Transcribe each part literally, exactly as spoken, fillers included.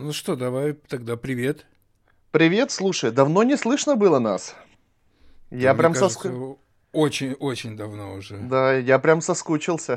Ну что, давай тогда привет. Привет, слушай, давно не слышно было нас. Да, Я мне прям кажется, соску... очень-очень давно уже. Да, я прям соскучился.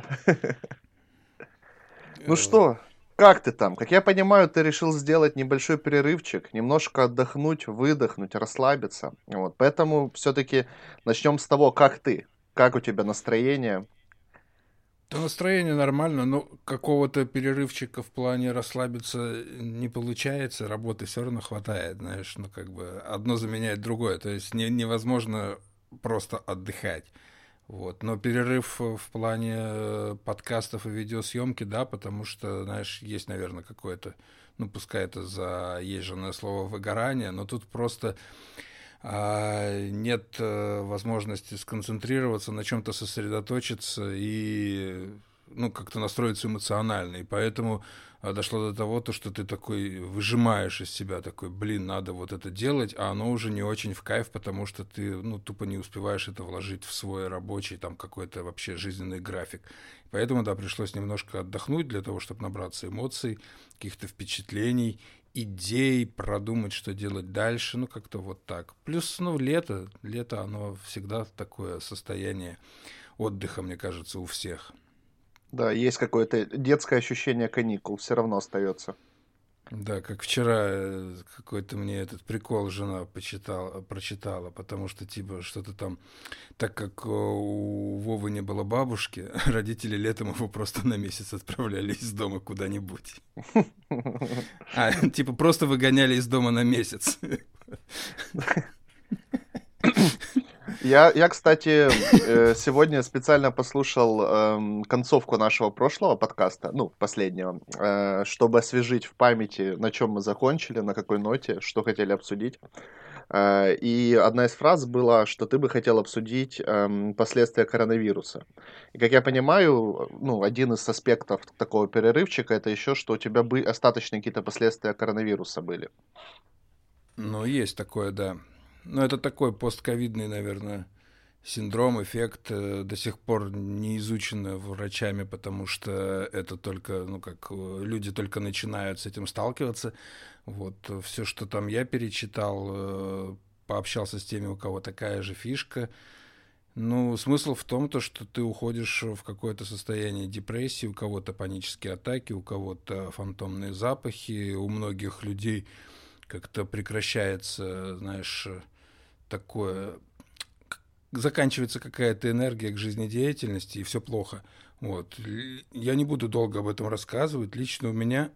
Ну Э, что, как ты там? Как я понимаю, ты решил сделать небольшой перерывчик, немножко отдохнуть, выдохнуть, расслабиться. Вот, поэтому все-таки начнем с того, как ты? Как у тебя настроение? Да настроение нормально, но какого-то перерывчика в плане расслабиться не получается, работы все равно хватает, знаешь, ну как бы одно заменяет другое, то есть не, невозможно просто отдыхать. Вот. Но перерыв э, в плане э, подкастов и видеосъемки, да, потому что, знаешь, есть, наверное, какое-то, ну, пускай это заезженное слово выгорание, но тут просто а, нет э, возможности сконцентрироваться, на чем-то сосредоточиться и ну, как-то настроиться эмоционально. И поэтому а, дошло до того, то, что ты такой выжимаешь из себя, такой, блин, надо вот это делать, а оно уже не очень в кайф, потому что ты, ну, тупо не успеваешь это вложить в свой рабочий, там, какой-то вообще жизненный график. Поэтому, да, пришлось немножко отдохнуть для того, чтобы набраться эмоций, каких-то впечатлений, идей, продумать, что делать дальше, ну, как-то вот так. Плюс, ну, лето, лето, оно всегда такое состояние отдыха, мне кажется, у всех. Да, есть какое-то детское ощущение каникул, все равно остается. Да, как вчера э, какой-то мне этот прикол жена почитала, прочитала, потому что, типа, что-то там, так как э, у Вовы не было бабушки, родители летом его просто на месяц отправляли из дома куда-нибудь. А, типа, просто выгоняли из дома на месяц. Я, я, кстати, э, сегодня специально послушал эм, концовку нашего прошлого подкаста, ну, последнего, э, чтобы освежить в памяти, на чем мы закончили, на какой ноте, что хотели обсудить. Э, и одна из фраз была, что ты бы хотел обсудить эм, последствия коронавируса. И, как я понимаю, ну, один из аспектов такого перерывчика это еще, что у тебя бы остаточные какие-то последствия коронавируса были. Ну, есть такое, да. Но это такой постковидный, наверное, синдром, эффект э, до сих пор не изучено врачами, потому что это только, ну, как э, люди только начинают с этим сталкиваться. Вот все, что там я перечитал, э, пообщался с теми, у кого такая же фишка. Ну, смысл в том, то, что ты уходишь в какое-то состояние депрессии, у кого-то панические атаки, у кого-то фантомные запахи, у многих людей как-то прекращается, знаешь, такое, заканчивается какая-то энергия к жизнедеятельности, и все плохо. Вот. Я не буду долго об этом рассказывать. Лично у меня,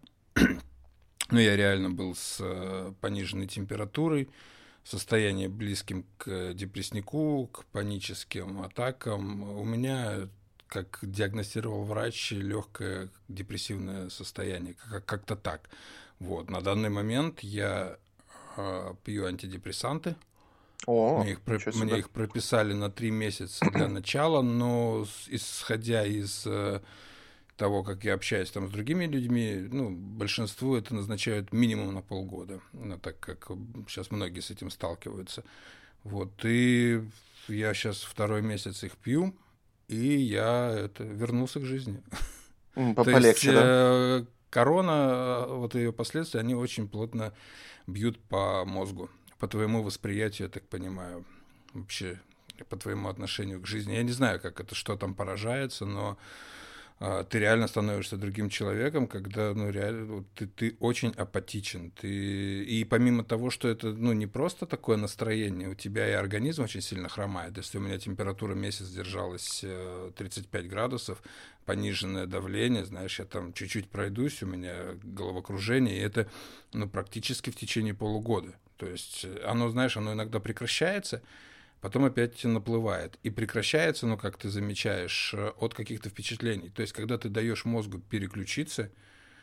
ну, я реально был с э, пониженной температурой, состояние близким к депресснику, к паническим атакам. У меня, как диагностировал врач, легкое депрессивное состояние, как- как-то так. Вот. На данный момент я э, пью антидепрессанты. О, Мне их, про- ничего мне себе. их прописали на три месяца для начала, но с- исходя из э, того, как я общаюсь там с другими людьми, ну, большинству это назначают минимум на полгода, ну, так как сейчас многие с этим сталкиваются. Вот, и я сейчас второй месяц их пью, и я это, вернулся к жизни. М, по- То есть Полегче, да? э, корона, э, вот ее последствия, они очень плотно бьют по мозгу, по твоему восприятию, я так понимаю, вообще по твоему отношению к жизни. Я не знаю, как это, что там поражается, но а, ты реально становишься другим человеком, когда, ну, реально, вот ты, ты очень апатичен. Ты... И помимо того, что это, ну, не просто такое настроение, у тебя и организм очень сильно хромает. Если у меня температура месяц держалась э, тридцать пять градусов, пониженное давление, знаешь, я там чуть-чуть пройдусь, у меня головокружение, и это, ну, практически в течение полугода. То есть э, оно, знаешь, оно иногда прекращается, потом опять наплывает. И прекращается, ну, как ты замечаешь, э, от каких-то впечатлений. То есть, когда ты даешь мозгу переключиться,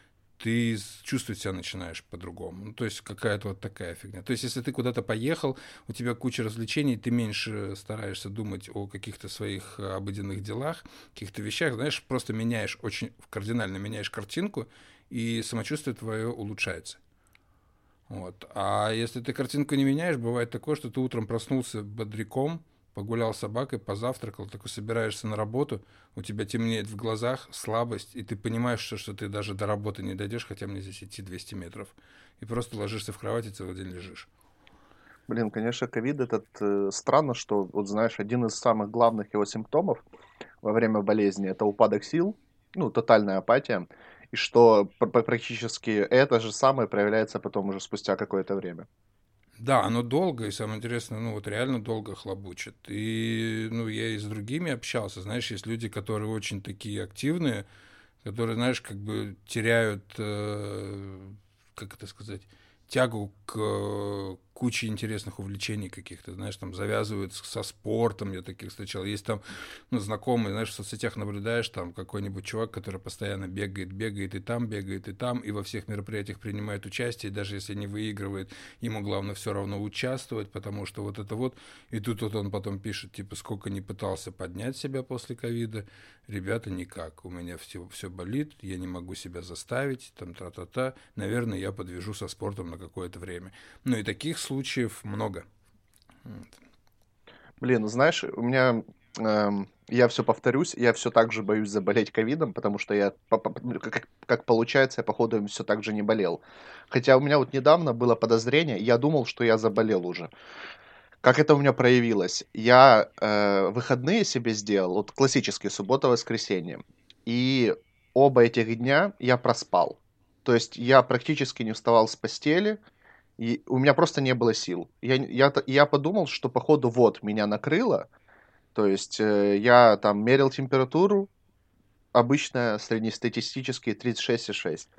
ты чувствовать себя начинаешь по-другому. Ну, то есть, какая-то вот такая фигня. То есть, если ты куда-то поехал, у тебя куча развлечений, ты меньше стараешься думать о каких-то своих э, обыденных делах, каких-то вещах, знаешь, просто меняешь, очень кардинально меняешь картинку, и самочувствие твое улучшается. Вот. А если ты картинку не меняешь, бывает такое, что ты утром проснулся бодряком, погулял с собакой, позавтракал, такой собираешься на работу, у тебя темнеет в глазах, слабость, и ты понимаешь, что, что ты даже до работы не дойдешь, хотя мне здесь идти двести метров. И просто ложишься в кровать и целый день лежишь. Блин, конечно, ковид этот э, странно, что, вот знаешь, один из самых главных его симптомов во время болезни это упадок сил, ну, тотальная апатия, и что пр- пр- практически это же самое проявляется потом уже спустя какое-то время. Да, оно долго, и самое интересное, ну вот реально долго хлобучит. И, ну, я и с другими общался, знаешь, есть люди, которые очень такие активные, которые, знаешь, как бы теряют, э, как это сказать, тягу к э, куче интересных увлечений каких-то, знаешь, там завязывают с- со спортом, я таких встречал. Есть там, ну, знакомые, знаешь, в соцсетях наблюдаешь, там какой-нибудь чувак, который постоянно бегает, бегает и там, бегает и там, и во всех мероприятиях принимает участие, и даже если не выигрывает, ему главное все равно участвовать, потому что вот это вот, и тут вот он потом пишет, типа, сколько не пытался поднять себя после ковида, ребята, никак, у меня все, все болит, я не могу себя заставить, там, та-та-та, наверное, я подвяжу со спортом на какое-то время. Ну и таких случаев много. Вот. Блин, ну знаешь, у меня, эм, я все повторюсь, я все так же боюсь заболеть ковидом, потому что я, по- по- ну, как, как получается, я, походу, им все так же не болел. Хотя у меня вот недавно было подозрение, я думал, что я заболел уже. Как это у меня проявилось? Я э, выходные себе сделал, вот классические суббота-воскресенье, и оба этих дня я проспал. То есть я практически не вставал с постели, и у меня просто не было сил. Я, я, т- я подумал, что походу вот меня накрыло, то есть э, я там мерил температуру, обычная среднестатистические тридцать шесть и шесть.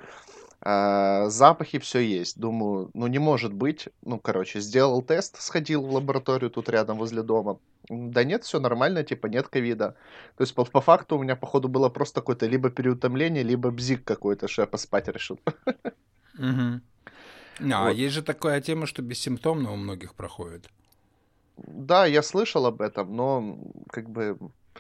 А, запахи все есть. Думаю, ну не может быть. Ну, короче, сделал тест, сходил в лабораторию тут рядом возле дома. М, Да нет, все нормально, типа нет ковида. То есть по, по факту у меня, походу, было просто какое-то либо переутомление, либо бзик какой-то, что я поспать решил. Мгм. А, Вот. есть же такая тема, что бессимптомно у многих проходит. Да, я слышал об этом, но м, как бы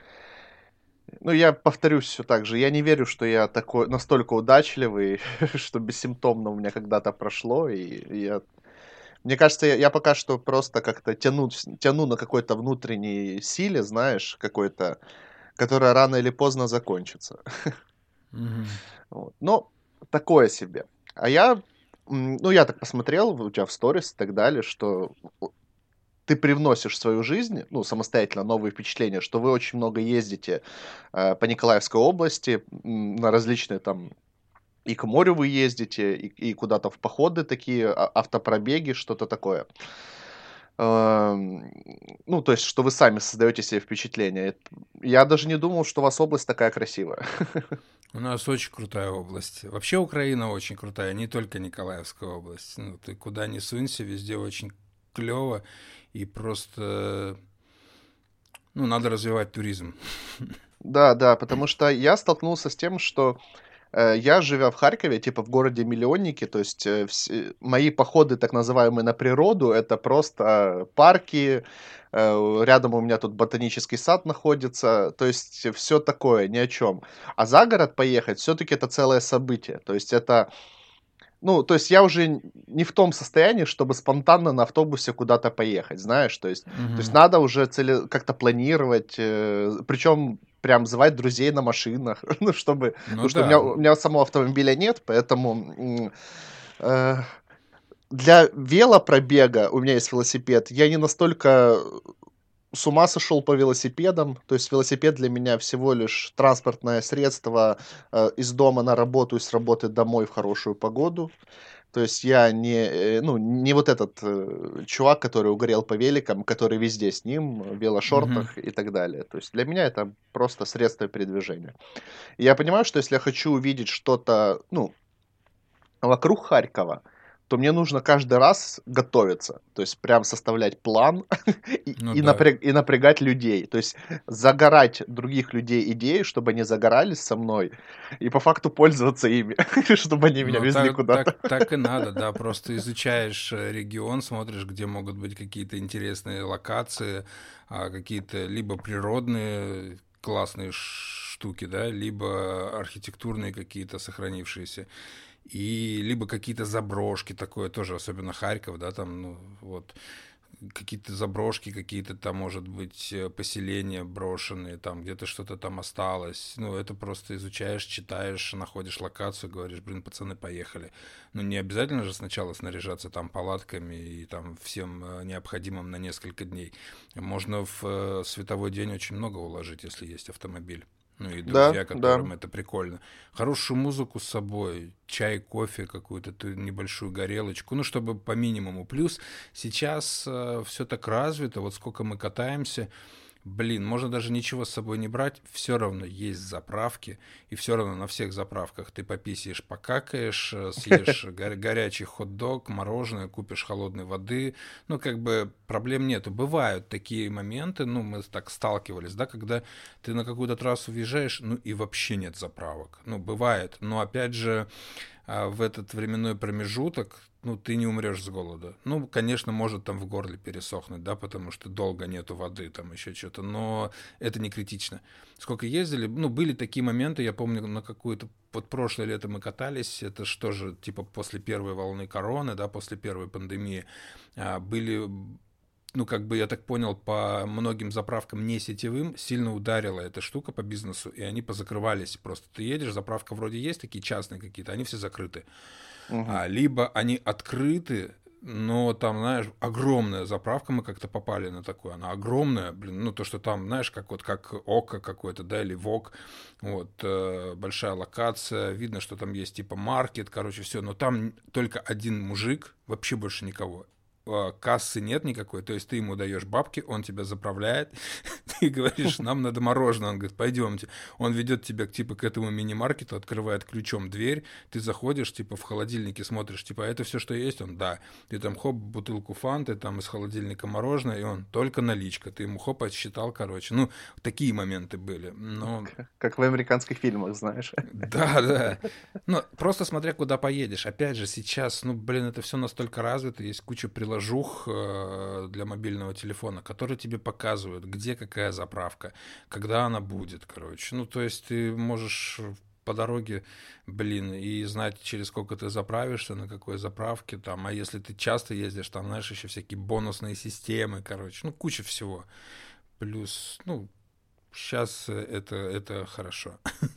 ну, я повторюсь все так же. Я не верю, что я такой настолько удачливый, что бессимптомно у меня когда-то прошло. И и я мне кажется, я я пока что просто как-то тяну вс тяну на какой-то внутренней силе, знаешь, какой-то, которая рано или поздно закончится. Мгм. Вот. Но такое себе. А я, м, ну, я так посмотрел у тебя в сторис и так далее, что ты привносишь в свою жизнь, ну, самостоятельно новые впечатления, что вы очень много ездите, э, по Николаевской области, м, на различные там и к морю вы ездите, и и куда-то в походы такие, а автопробеги, что-то такое. Ам, ну, то есть, что вы сами создаете себе впечатление. Эт Я даже не думал, что у вас область такая красивая. У нас очень крутая область. Вообще Украина очень крутая, не только Николаевская область. Ну, ты куда ни сунься, везде очень клево. И просто, ну, надо развивать туризм. Да, да, потому что я столкнулся с тем, что Э, я, живя в Харькове, типа в городе-миллионнике, то есть э, вс- мои походы, так называемые, на природу, это просто парки, э, рядом у меня тут ботанический сад находится, то есть все такое, ни о чем. А за город поехать, все-таки это целое событие, то есть это, ну, то есть я уже н- не в том состоянии, чтобы спонтанно на автобусе куда-то поехать, знаешь, то есть, то есть Мгм. надо уже цели... как-то планировать, причем прям звать друзей на машинах, ну, чтобы, Ну потому что у меня, да. у меня самого автомобиля нет, поэтому м, э, для велопробега у меня есть велосипед, я не настолько с ума сошел по велосипедам, то есть велосипед для меня всего лишь транспортное средство э, из дома на работу и с работы домой в хорошую погоду. То есть я не, э, ну, не вот этот э, чувак, который угорел по великам, который везде с ним, в Мгм. велошортах и так далее. То есть для меня это просто средство передвижения. И я понимаю, что если я хочу увидеть что-то, ну, вокруг Харькова, то мне нужно каждый раз готовиться, то есть прям составлять план и, Ну и, да. напряг- и напрягать людей, то есть загорать других людей идеи, чтобы они загорались со мной, и по факту пользоваться ими, чтобы они меня Ну, везли так, куда-то. так, так и надо, да. Просто изучаешь э, регион, смотришь, где могут быть какие-то интересные локации, а, какие-то либо природные классные ш- штуки, да, либо архитектурные какие-то сохранившиеся, и либо какие-то заброшки, такое тоже, особенно Харьков, да, там, ну, вот. какие-то заброшки, какие-то там, может быть, поселения брошенные, там где-то что-то там осталось. Ну, это просто изучаешь, читаешь, находишь локацию, говоришь, блин, пацаны, поехали. Ну, не обязательно же сначала снаряжаться там палатками и там всем необходимым на несколько дней. Можно в световой день очень много уложить, если есть автомобиль. Ну и друзья, Да, которым да. это прикольно. Хорошую музыку с собой, чай, кофе, какую-то небольшую горелочку, ну, чтобы по минимуму. Плюс сейчас э, все так развито, вот сколько мы катаемся, блин, можно даже ничего с собой не брать, все равно есть заправки, и все равно на всех заправках ты пописаешь, покакаешь, съешь го- горячий хот-дог, мороженое, купишь холодной воды, ну, как бы проблем нету. Бывают такие моменты, ну, мы так сталкивались, да, когда ты на какую-то трассу въезжаешь, ну, и вообще нет заправок. Ну, бывает, но опять же, а в этот временной промежуток, ну, ты не умрешь с голода. Ну, конечно, может там в горле пересохнуть, да, потому что долго нету воды, там еще что-то, но это не критично. Сколько ездили, ну, были такие моменты, я помню, на какую-то, вот прошлое лето мы катались, это что же, типа, после первой волны короны, да, после первой пандемии, а, были, ну, как бы, я так понял, по многим заправкам не сетевым сильно ударила эта штука по бизнесу, и они позакрывались. Просто ты едешь, заправка вроде есть, такие частные какие-то, они все закрыты. Мгм. А, либо они открыты, но там, знаешь, огромная заправка, мы как-то попали на такую, она огромная, блин, ну, то, что там, знаешь, как вот, как Око какой-то, да, или Вок, вот, э, большая локация, видно, что там есть, типа, маркет, короче, все, но там только один мужик, вообще больше никого. А, кассы нет никакой, то есть ты ему даешь бабки, он тебя заправляет, ты говоришь, нам надо мороженое, он говорит, пойдемте. Он ведет тебя типа к этому мини-маркету, открывает ключом дверь, ты заходишь, типа в холодильнике смотришь, типа, это все, что есть? Он, да. Ты там хоп, бутылку фанты, там из холодильника мороженое, и он, только наличка. Ты ему хоп, отсчитал, короче. Ну, такие моменты были. Но К- Как в американских фильмах, знаешь. да, да. Ну, просто смотря куда поедешь. Опять же, сейчас, ну, блин, это все настолько развито, есть куча приложух э, для мобильного телефона, которые тебе показывают, где какая заправка, когда она будет, короче. Ну, то есть ты можешь по дороге, блин, и знать, через сколько ты заправишься, на какой заправке там. А если ты часто ездишь, там, знаешь, еще всякие бонусные системы, короче, ну, куча всего. Плюс, ну, сейчас это, это хорошо.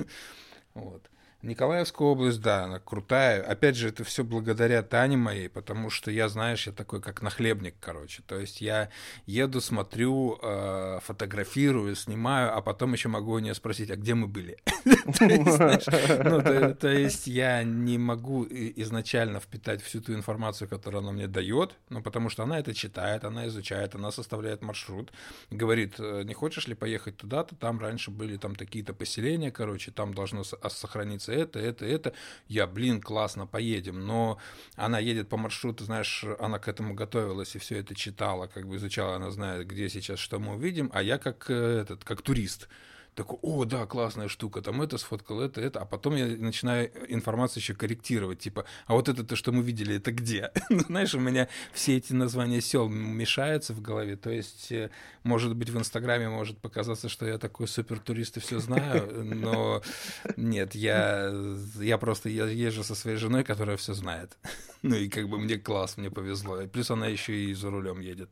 Вот. Николаевская область, да, она крутая. Опять же, это все благодаря Тане моей, потому что я, знаешь, я такой как нахлебник, короче. То есть я еду, смотрю, э, фотографирую, снимаю, а потом еще могу у нее спросить, а где мы были? То есть, знаешь, ну, то, то есть я не могу изначально впитать всю ту информацию, которую она мне дает, ну, потому что она это читает, она изучает, она составляет маршрут, говорит, не хочешь ли поехать туда-то, там раньше были там такие-то поселения, короче, там должно сохраниться это, это, это. Я, блин, классно, поедем. Но она едет по маршруту, знаешь, она к этому готовилась и все это читала, как бы изучала, она знает, где сейчас что мы увидим, а я как этот, как турист. Такой, о, да, классная штука, там это сфоткал, это, это, а потом я начинаю информацию еще корректировать, типа, а вот это то, что мы видели, это где? Знаешь, у меня все эти названия сел мешаются в голове, то есть, может быть, в Инстаграме может показаться, что я такой супер турист и все знаю, но нет, я, я просто я езжу со своей женой, которая все знает. Ну и как бы мне класс, мне повезло. И плюс она еще и за рулем едет.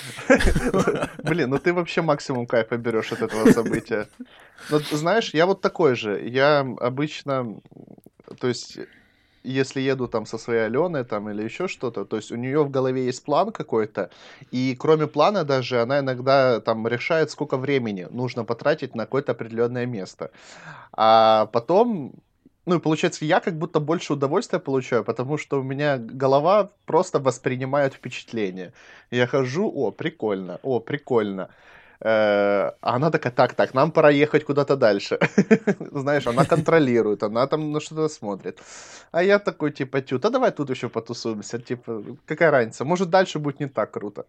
Блин, ну ты вообще максимум кайфа берешь от этого события. Но знаешь, я вот такой же. Я обычно, то есть, если еду там со своей Аленой там или еще что-то, то есть у нее в голове есть план какой-то, и кроме плана даже она иногда там решает, сколько времени нужно потратить на какое-то определенное место. А потом, ну и получается, я как будто больше удовольствия получаю, потому что у меня голова просто воспринимает впечатление. Я хожу, о, прикольно, о, прикольно. Э, А она такая, так, так, нам пора ехать куда-то дальше. Знаешь, она контролирует, она там на что-то смотрит. А я такой, типа, тю, да давай тут еще потусуемся, типа, какая разница, может дальше будет не так круто.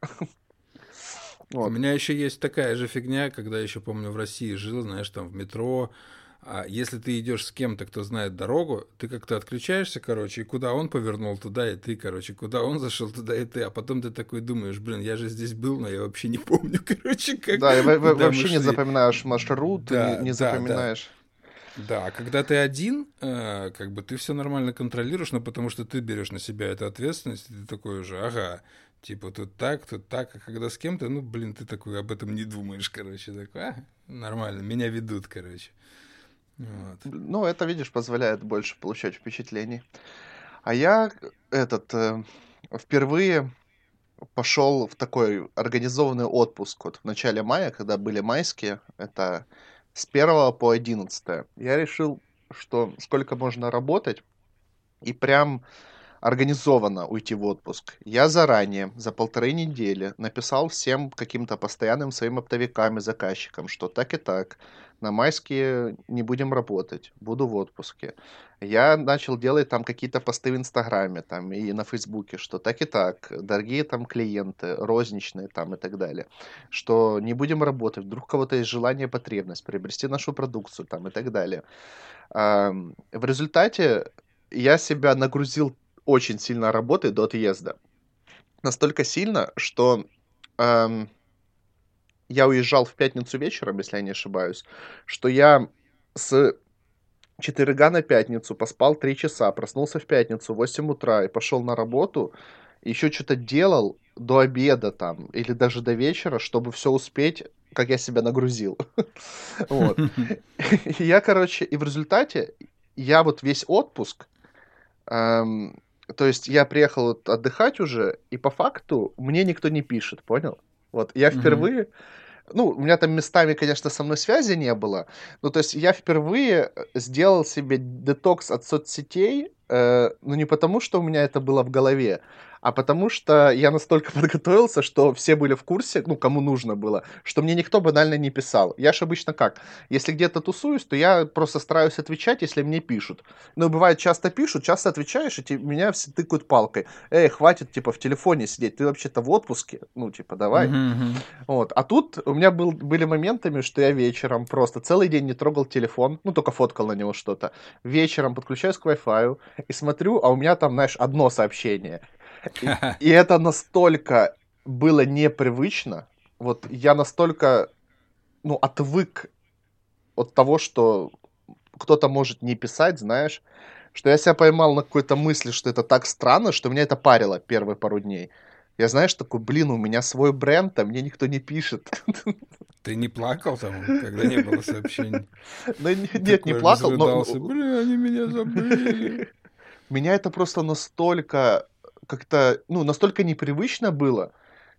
У Вот. меня еще есть такая же фигня, когда еще помню в России жил, знаешь, там в метро. А если ты идешь с кем-то, кто знает дорогу, ты как-то отключаешься, короче, и куда он повернул, туда и ты, короче, куда он зашел, туда и ты. А потом ты такой думаешь, блин, я же здесь был, но я вообще не помню, короче, как, Да, и во- во- куда мы вообще не шли. запоминаешь маршрут, не, Да, не да, да. запоминаешь. Да, а когда ты один, э, как бы ты все нормально контролируешь, но потому что ты берешь на себя эту ответственность, и ты такой уже, ага, Типа тут так, тут так, а когда с кем-то, ну, блин, ты такой об этом не думаешь, короче, такой, а, нормально, меня ведут, короче. Вот. Ну, это, видишь, позволяет больше получать впечатлений. А я этот э, впервые пошел в такой организованный отпуск вот в начале мая, когда были майские, это с первого по одиннадцатое. Я решил, что сколько можно работать, и прям организованно уйти в отпуск. Я заранее, за полторы недели, написал всем каким-то постоянным своим оптовикам и заказчикам, что так и так, на майские не будем работать, буду в отпуске. Я начал делать там какие-то посты в Инстаграме там, и на Фейсбуке, что так и так, дорогие там клиенты, розничные там и так далее, что не будем работать, вдруг у кого-то есть желание, потребность приобрести нашу продукцию там и так далее. Ам, В результате я себя нагрузил очень сильно работой до отъезда. Настолько сильно, что ам, я уезжал в пятницу вечером, если я не ошибаюсь, что я с четверга на пятницу поспал три часа, проснулся в пятницу в восемь утра и пошел на работу, еще что-то делал до обеда там, или даже до вечера, чтобы все успеть, как я себя нагрузил. Вот. И я, короче, и в результате я вот весь отпуск, ам, то есть я приехал вот отдыхать уже, и по факту мне никто не пишет, понял? Вот я Мгм. впервые, ну, у меня там местами, конечно, со мной связи не было, ну, то есть я впервые э, сделал себе детокс от соцсетей, э, ну, не потому, что у меня это было в голове, а потому что я настолько подготовился, что все были в курсе, ну, кому нужно было, что мне никто банально не писал. Я ж обычно как? Если где-то тусуюсь, то я просто стараюсь отвечать, если мне пишут. Ну, бывает, часто пишут, часто отвечаешь, и те- меня все тыкают палкой. Эй, хватит, типа, в телефоне сидеть, ты вообще-то в отпуске, ну, типа, давай. Мгм, мгм. Вот. А тут у меня был, были моментами, что я вечером просто целый день не трогал телефон, ну, только фоткал на него что-то. Вечером подключаюсь к Wi-Fi и смотрю, а у меня там, знаешь, одно сообщение. И, и это настолько было непривычно. Вот я настолько, ну, отвык от того, что кто-то может не писать, знаешь, что я себя поймал на какой-то мысли, что это так странно, что меня это парило первые пару дней. Я, знаешь, такой, блин, у меня свой бренд, а мне никто не пишет. Ты не плакал там, когда не было сообщений? Ну, не- нет, не Такой плакал, но разрыдался. ну, Бля, они меня забыли. меня это просто настолько как-то, ну, настолько непривычно было,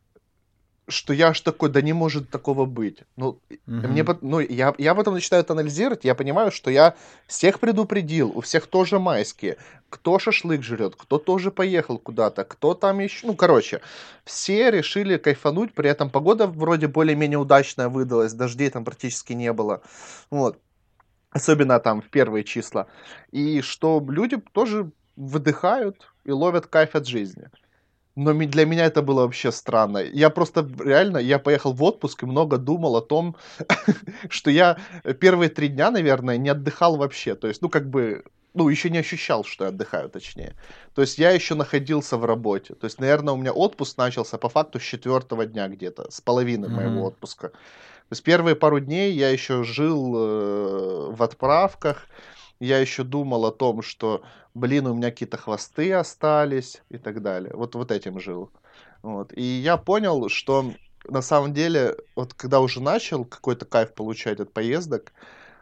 что я аж такой, да не может такого быть. Ну, и мне, Мгм. пот- ну, я, я потом начинаю это анализировать, я понимаю, что я всех предупредил, у всех тоже майские, кто шашлык жрет, кто тоже поехал куда-то, кто там еще, ну, короче, все решили кайфануть, при этом погода вроде более-менее удачная выдалась, дождей там практически не было, вот, особенно там в первые числа, и что люди тоже выдыхают и ловят кайф от жизни. Но ми для меня это было вообще странно. Я просто б реально, я поехал в отпуск и много думал о том, что я, э, первые три дня, наверное, не отдыхал вообще. То есть, ну, как бы, ну, еще не ощущал, что я отдыхаю, точнее. То есть я еще находился в работе. То есть, наверное, у меня отпуск начался по факту с четвертого дня где-то, с половины моего Мгм. отпуска. То есть первые пару дней я еще жил, э, в отправках, я еще думал о том, что, блин, у меня какие-то хвосты остались и так далее. Вот вот этим жил. Вот. И я понял, что на самом деле, вот когда уже начал какой-то кайф получать от поездок,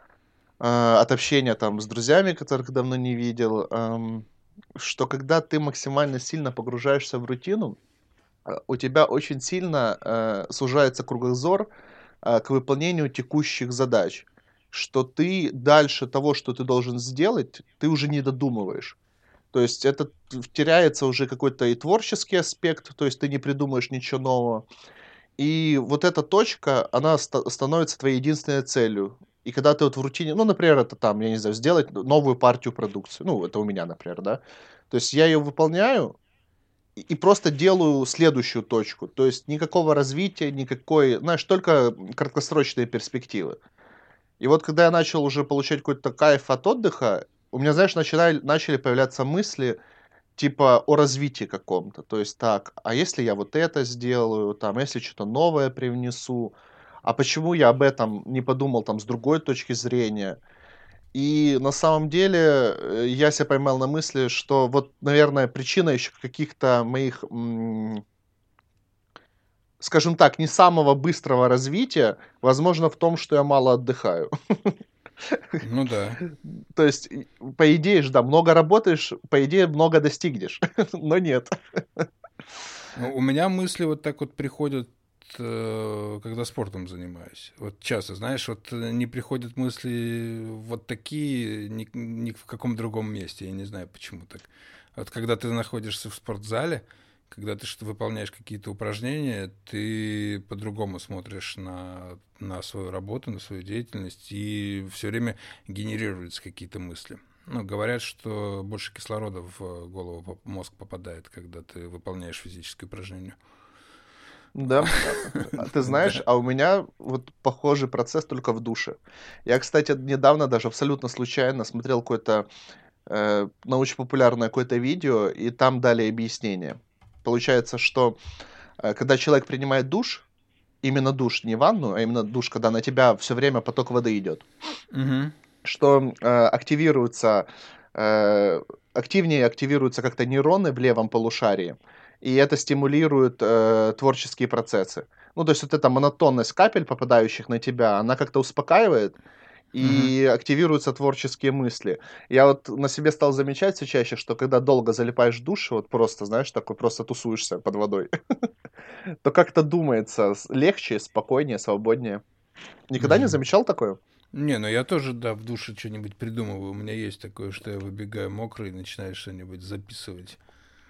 а, от общения там с друзьями, которых давно не видел, ам, что когда ты максимально сильно погружаешься в рутину, а, у тебя очень сильно, э, сужается кругозор, а, к выполнению текущих задач. Что ты дальше того, что ты должен сделать, ты уже не додумываешь. То есть это т теряется уже какой-то и творческий аспект, то есть ты не придумаешь ничего нового. И вот эта точка, она ста становится твоей единственной целью. И когда ты вот в рутине, ну, например, это там, я не знаю, сделать новую партию продукции. Ну, это у меня, например, да. То есть я ее выполняю, и и просто делаю следующую точку. То есть никакого развития, никакой, знаешь, только краткосрочные перспективы. И вот когда я начал уже получать какой-то кайф от отдыха, у меня, знаешь, начинали, начали появляться мысли типа о развитии каком-то. То есть так, а если я вот это сделаю, там, а если что-то новое привнесу, а почему я об этом не подумал там с другой точки зрения? И на самом деле, э, я себя поймал на мысли, что вот, наверное, причина еще каких-то моих, м, скажем так, не самого быстрого развития, возможно, в том, что я мало отдыхаю. Ну да. То есть, по идее же, да, много работаешь, по идее, много достигнешь, но нет. Ну, у меня мысли вот так вот приходят, э, когда спортом занимаюсь. Вот часто, знаешь, вот э, не приходят мысли вот такие ни, ни в каком другом месте. Я не знаю, почему так. Вот когда ты находишься в спортзале, когда ты что выполняешь какие-то упражнения, ты по-другому смотришь на, на свою работу, на свою деятельность, и все время генерируются какие-то мысли. Ну, говорят, что больше кислорода в голову, поп- мозг попадает, когда ты выполняешь физическое упражнение. Да, а ты знаешь, Да. а у меня вот похожий процесс только в душе. Я, кстати, недавно даже абсолютно случайно смотрел какое-то э, научно-популярное какое-то видео, и там дали объяснение. Получается, что э, когда человек принимает душ, именно душ, не ванну, а именно душ, когда на тебя все время поток воды идет, Мгм. что э, активируются, э, активнее активируются как-то нейроны в левом полушарии, и это стимулирует э, творческие процессы. Ну, то есть вот эта монотонность капель, попадающих на тебя, она как-то успокаивает, Мгм. и активируются творческие мысли. Я вот на себе стал замечать все чаще, что когда долго залипаешь в душе, вот просто, знаешь, такой просто тусуешься под водой, то как-то думается с- легче, спокойнее, свободнее. Никогда не Мгм. замечал такое? Не, ну я тоже, да, в душе что-нибудь придумываю. У меня есть такое, что я выбегаю мокрый и начинаю что-нибудь записывать.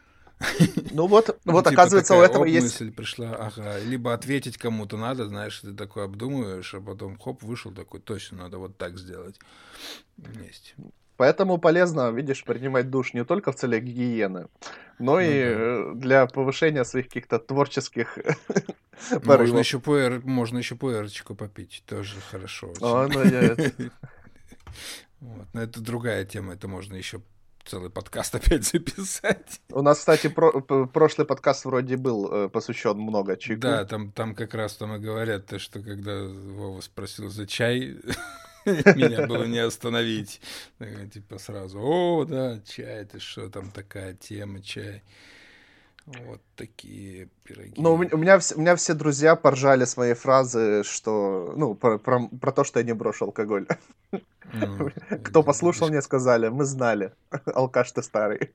Ну вот, Ну, вот типа оказывается, у такая, этого оп, есть. мысль пришла, ага. Либо ответить кому-то надо, знаешь, ты такой обдумываешь, а потом хоп, вышел такой, точно, надо вот так сделать. Есть. Поэтому полезно, видишь, принимать душ не только в целях гигиены, но и Ну да. э, для повышения своих каких-то творческих Можно порывов. еще пуэр, можно еще пуэрочку попить, тоже хорошо очень. О, ну я это- Вот. Но это другая тема, это можно еще целый подкаст опять записать. У нас, кстати, про- п- прошлый подкаст вроде был э, посвящен много чайку. Да, там, там как раз там и говорят, то, что когда Вова спросил за чай, меня было не остановить. Так, типа сразу, о, да, чай, ты что, там такая тема, чай. Вот такие Ну, у пироги. ме- у меня, вс- у меня все друзья поржали с моей фразы, что, ну, про, про- про то, что я не брошу алкоголь. Ну, Кто послушал, видишь. мне сказали, мы знали, алкаш ты старый.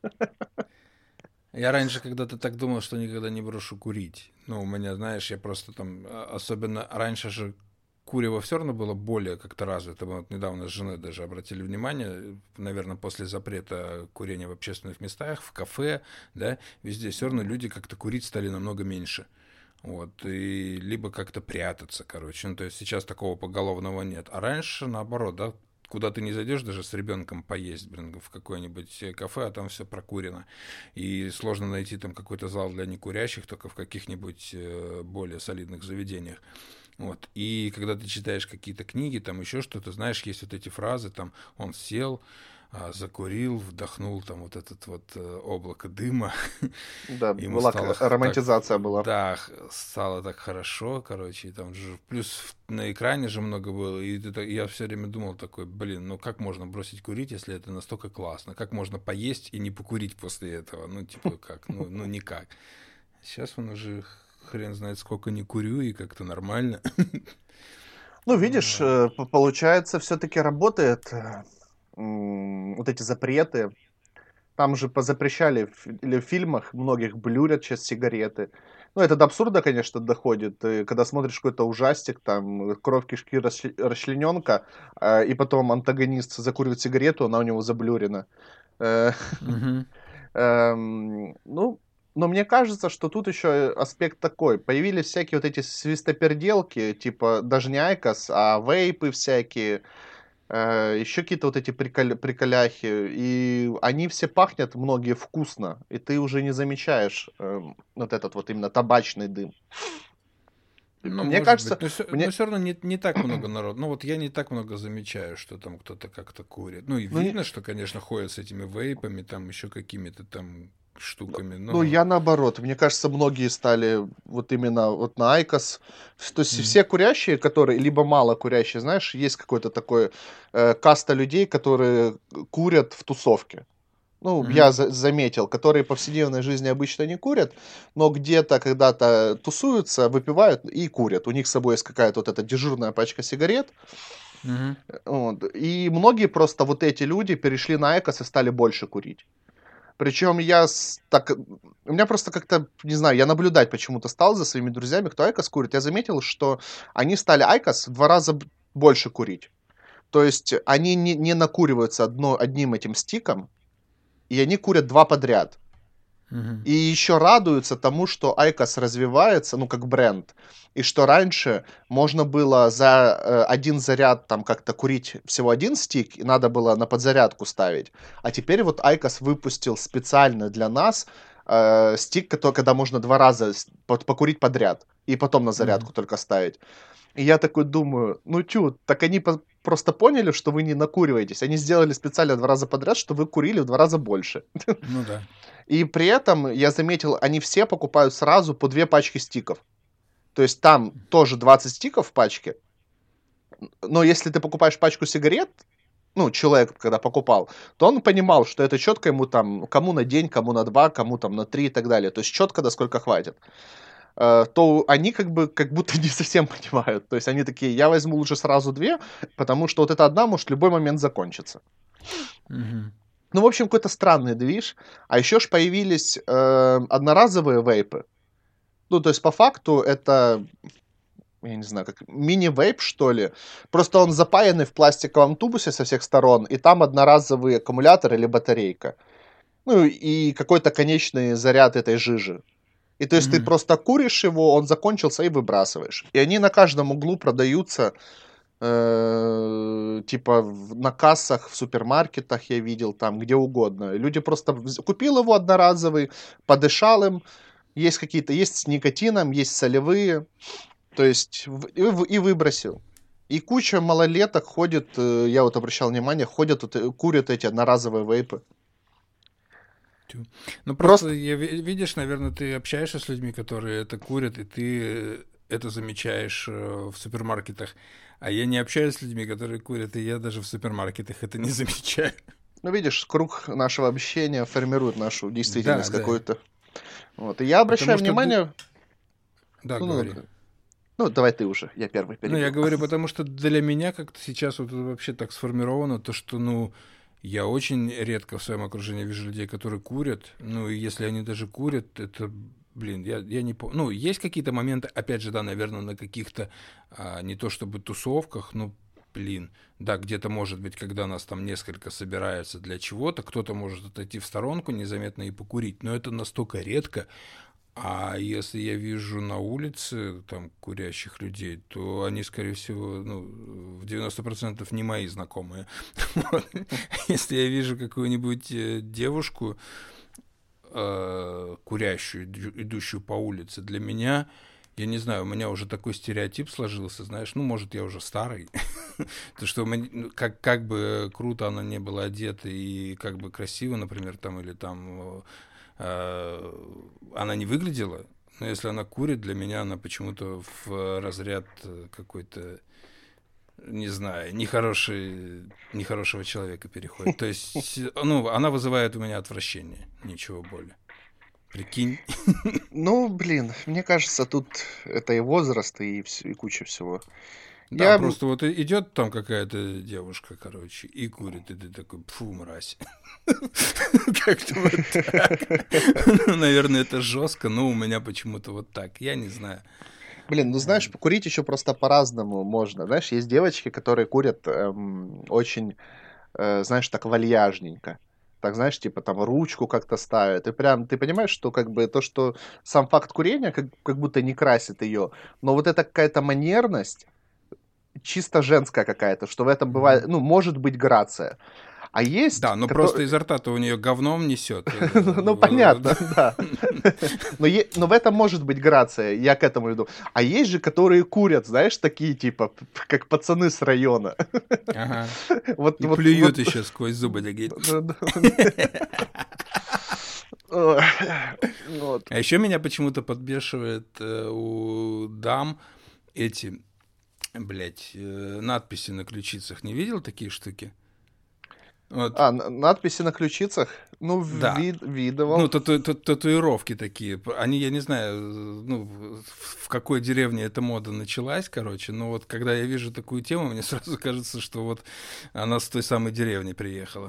Я раньше когда-то так думал, что никогда не брошу курить. Ну, у меня, знаешь, я просто там, а, особенно раньше же курево все равно было более как-то развито. Мы вот недавно с женой даже обратили внимание, наверное, после запрета курения в общественных местах, в кафе, да, везде все равно люди как-то курить стали намного меньше. Вот, и либо как-то прятаться, короче. Ну, то есть сейчас такого поголовного нет. А раньше, наоборот, да, куда ты не зайдешь даже с ребенком поесть, блин, в какое-нибудь кафе, а там все прокурено. И сложно найти там какой-то зал для некурящих, только в каких-нибудь э, более солидных заведениях. Вот. И когда ты читаешь какие-то книги, там еще что-то, знаешь, есть вот эти фразы, там он сел, а, закурил, вдохнул там вот этот вот э, облако дыма, Да, ему была стало к- х- так, романтизация была. да, х- стало так хорошо, короче, и там же, плюс в- на экране же много было, и ты так- я все время думал такой, блин, ну как можно бросить курить, если это настолько классно, как можно поесть и не покурить после этого, ну типа как, ну, ну никак. Сейчас он уже хрен знает сколько не курю, и как-то нормально. Ну, видишь, Вот. э, п- получается, все-таки работает э, м, вот эти запреты. Там же позапрещали в, фи- или в фильмах, многих блюрят сейчас сигареты. Ну, это до абсурда, конечно, доходит. И когда смотришь какой-то ужастик, там, э, кровь, кишки, расч- расчлененка, а, и потом антагонист закуривает сигарету, она у него заблюрена. Э, Мгм. эм, ну, но мне кажется, что тут еще аспект такой. Появились всякие вот эти свистоперделки, типа даже не Айкос, а вейпы всякие, э, еще какие-то вот эти прикол- приколяхи. И они все пахнут, многие, вкусно. И ты уже не замечаешь эм, вот этот вот именно табачный дым. Ну, Мне может кажется, быть, но все, но мне... все равно не, не так много народу. Ну, вот я не так много замечаю, что там кто-то как-то курит. Ну, и Ну, не- видно, что, конечно, ходят с этими вейпами, там еще какими-то там штуками, ну, но... я наоборот. Мне кажется, многие стали вот именно вот на Айкос. То есть М. все курящие, которые, либо мало курящие, знаешь, есть какой-то такой э, каста людей, которые курят в тусовке. ну, Мгм. я за- заметил, которые в повседневной жизни обычно не курят, но где-то когда-то тусуются, выпивают и курят. У них с собой есть какая-то вот эта дежурная пачка сигарет. Мгм. Вот. И многие просто вот эти люди перешли на айкос и стали больше курить. Причем я с- так... У меня просто как-то, не знаю, я наблюдать почему-то стал за своими друзьями, кто айкос курит. Я заметил, что они стали айкос в два раза б- больше курить. То есть они не, не накуриваются одно, одним этим стиком, и они курят два подряд. Мгм. И еще радуются тому, что айкос развивается, ну, как бренд. И что раньше можно было за э, один заряд там как-то курить всего один стик, и надо было на подзарядку ставить. А теперь вот айкос выпустил специально для нас э, стик, который, когда можно два раза с- под- покурить подряд, и потом на Мгм. зарядку только ставить. И я такой думаю, ну тю, так они по- просто поняли, что вы не накуриваетесь. Они сделали специально два раза подряд, что вы курили в два раза больше. Ну да. И при этом, я заметил, они все покупают сразу по две пачки стиков. То есть там тоже двадцать стиков в пачке, но если ты покупаешь пачку сигарет, ну, человек, когда покупал, то он понимал, что это четко ему там, кому на день, кому на два, кому там на три и так далее. То есть четко, до сколько хватит. Э, То они как бы как будто не совсем понимают. То есть они такие, я возьму лучше сразу две, потому что вот эта одна может в любой момент закончиться. Мгм. Ну, в общем, какой-то странный движ. А еще ж появились э, одноразовые вейпы. Ну, то есть, по факту, это, я не знаю, как мини-вейп, что ли. Просто он запаянный в пластиковом тубусе со всех сторон, и там одноразовый аккумулятор или батарейка. Ну, и какой-то конечный заряд этой жижи. И то есть ты Мгм. просто куришь его, он закончился, и выбрасываешь. И они на каждом углу продаются, э, типа в- на кассах, в супермаркетах я видел, там где угодно. Люди просто вз- купил его одноразовый, подышал им. Есть какие-то, есть с никотином, есть солевые. То есть в- и, в- и выбросил. И куча малолеток ходит, э, я вот обращал внимание, ходят, вот, э, курят эти одноразовые вейпы. Тю. Ну просто, Просто, я, ви- видишь, наверное, ты общаешься с людьми, которые это курят, и ты э, это замечаешь э, в супермаркетах. А я не общаюсь с людьми, которые курят, и я даже в супермаркетах это не замечаю. ну видишь, круг нашего общения формирует нашу Да, действительность да. какую-то. Вот. И я обращаю Потому что... д- внимание, Да, ну, ну, говори. ну, давай ты уже, я первый Ну, я перебил. говорю, потому что для меня как-то сейчас вот это вообще так сформировано, то, что, ну, я очень редко в своем окружении вижу людей, которые курят. Ну, и если они даже курят, это, блин, я, я не помню. Ну, есть какие-то моменты, опять же, да, наверное, на каких-то, а, не то чтобы тусовках, ну, блин, да, где-то, может быть, когда нас там несколько собирается для чего-то, кто-то может отойти в сторонку незаметно и покурить, но это настолько редко. А если я вижу на улице там курящих людей, то они, скорее всего, ну, в девяносто процентов не мои знакомые. Вот. Если я вижу какую-нибудь э, девушку, э, курящую, иду- идущую по улице, для меня, я не знаю, у меня уже такой стереотип сложился, знаешь, ну, может, я уже старый, то что у меня, ну, как, как бы круто она не была одета и как бы красиво, например, там, или там э, она не выглядела, но если она курит, для меня она почему-то в разряд э, какой-то, не знаю, нехороший, нехорошего человека переходит. То есть, ну, она вызывает у меня отвращение, ничего более. Прикинь. Ну, блин, мне кажется, тут это и возраст, и, вс- и куча всего. Да, Я, м, просто вот идет там какая-то девушка, короче, и курит, и ты такой, фу, мразь. Как-то вот так. Ну, наверное, это жестко, но у меня почему-то вот так. Я не знаю. блин, ну знаешь, покурить еще просто по-разному можно. Знаешь, есть девочки, которые курят эм, очень, э, знаешь, так вальяжненько. Так, знаешь, типа там ручку как-то ставят. И прям ты понимаешь, что как бы то, что сам факт курения как, как будто не красит ее, но вот это какая-то манерность, чисто женская какая-то, что в этом бывает, Мгм. ну, может быть грация. А есть, Да, но просто которые... изо рта-то у нее говном несет. Ну, понятно, да. Но, е- но в этом может быть грация, я к этому иду. А есть же, которые курят, знаешь, такие типа, п- как пацаны с района. Ага. Вот, И вот, вот. плюют еще сквозь зубы такие. Ой, вот. А еще меня почему-то подбешивает э, у дам эти, блядь, э, надписи на ключицах. Не видел такие штуки? Вот. А, н- надписи на ключицах? Ну, Да. вид, видывал. Ну, тату- та- татуировки такие. Они, я не знаю, ну, в в какой деревне эта мода началась, короче, но вот когда я вижу такую тему, мне сразу кажется, что вот она с той самой деревни приехала.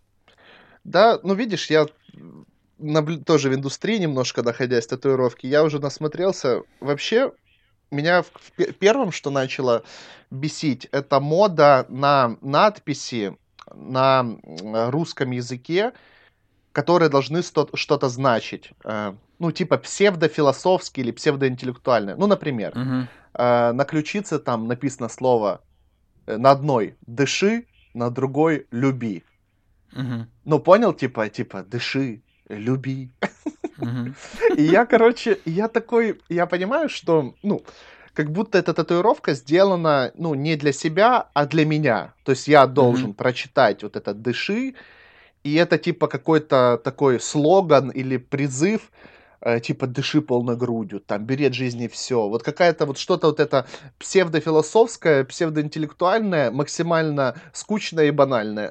Да, ну видишь, я наблю- тоже в индустрии немножко находясь, татуировки, я уже насмотрелся. Вообще, меня в, в пе- первым, что начало бесить, это мода на надписи на м, русском языке, которые должны сто- что-то значить. Э, Ну, типа псевдофилософские или псевдоинтеллектуальные. Ну, например, Угу, э, на ключице там написано слово э, на одной «дыши», на другой «люби». угу, Ну, понял, типа, типа «дыши», «люби». угу, И я, короче, я такой, я понимаю, что, ну, как будто эта татуировка сделана, ну, не для себя, а для меня. То есть я угу, должен прочитать вот это «дыши», и это типа какой-то такой слоган или призыв, э, типа «дыши полной грудью», там «бери от жизни все». Вот какая-то вот что-то вот это псевдофилософское, псевдоинтеллектуальное, максимально скучное и банальное.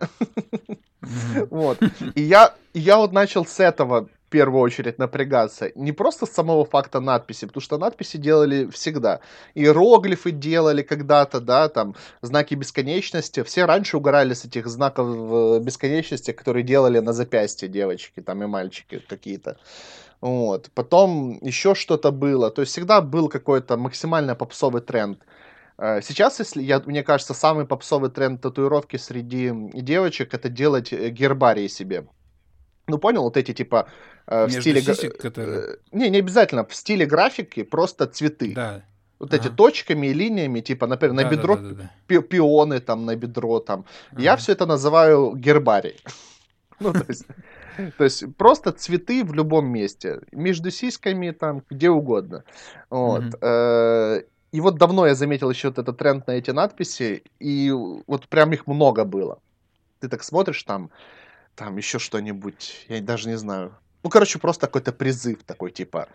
Вот. И я, и я вот начал с этого в первую очередь напрягаться. Не просто с самого факта надписи, потому что надписи делали всегда. Иероглифы делали когда-то, да, там, знаки бесконечности. Все раньше угорали с этих знаков э, бесконечности, которые делали на запястье девочки там и мальчики какие-то. Вот. Потом еще что-то было. То есть всегда был какой-то максимально попсовый тренд. Э, Сейчас, если я, мне кажется, самый попсовый тренд татуировки среди девочек это делать э, гербарии себе. Ну, понял, вот эти типа э, в Между стиле... га- сисек, которые... э, Не, не обязательно, в стиле графики просто цветы. Да. Вот эти Ага. точками и линиями, типа, например, на Да, да, бедро да, да, да. пи- пионы там на бедро там. Я Ага. все это называю гербарий. Ну, то есть, то есть просто цветы в любом месте. Между сиськами там, где угодно. Вот. Мгм. Э, И вот давно я заметил еще вот этот тренд на эти надписи, и вот прям их много было. Ты так смотришь там, там еще что-нибудь, я даже не знаю. Ну, короче, просто какой-то призыв такой, типа,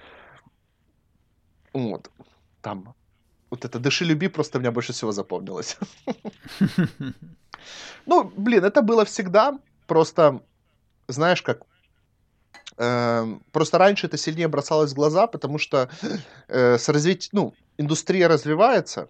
вот, там, вот это «Дыши, люби» просто у меня больше всего запомнилось. Ну, блин, это было всегда, просто, знаешь, как, эм, просто раньше это сильнее бросалось в глаза, потому что э, с развитием, ну, индустрия развивается,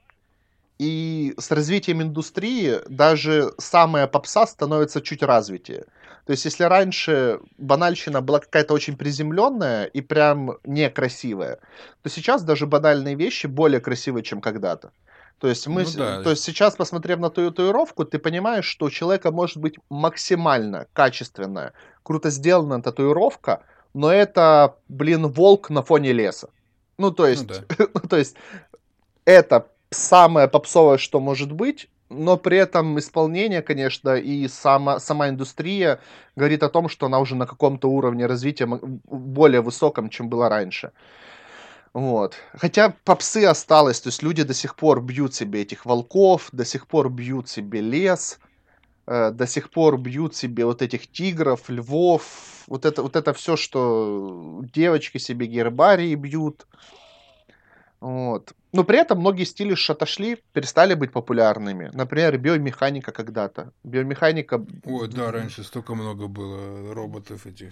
и с развитием индустрии даже самая попса становится чуть развитее. То есть, если раньше банальщина была какая-то очень приземленная и прям некрасивая, то сейчас даже банальные вещи более красивые, чем когда-то. То есть, мы, Ну с- да. то есть сейчас, посмотрев на твою татуировку, ты понимаешь, что у человека может быть максимально качественная, круто сделанная татуировка, но это, блин, волк на фоне леса. Ну, то Ну есть, да. ну, то есть это самое попсовое, что может быть, но при этом исполнение, конечно, и сама, сама индустрия говорит о том, что она уже на каком-то уровне развития м- более высоком, чем было раньше. Вот. Хотя попсы осталось, то есть люди до сих пор бьют себе этих волков, до сих пор бьют себе лес, э, до сих пор бьют себе вот этих тигров, львов, вот это, вот это все, что девочки себе гербарии бьют. Вот. Но при этом многие стили ж отошли, перестали быть популярными. Например, биомеханика когда-то. Биомеханика, Ой, да, раньше столько много было роботов этих.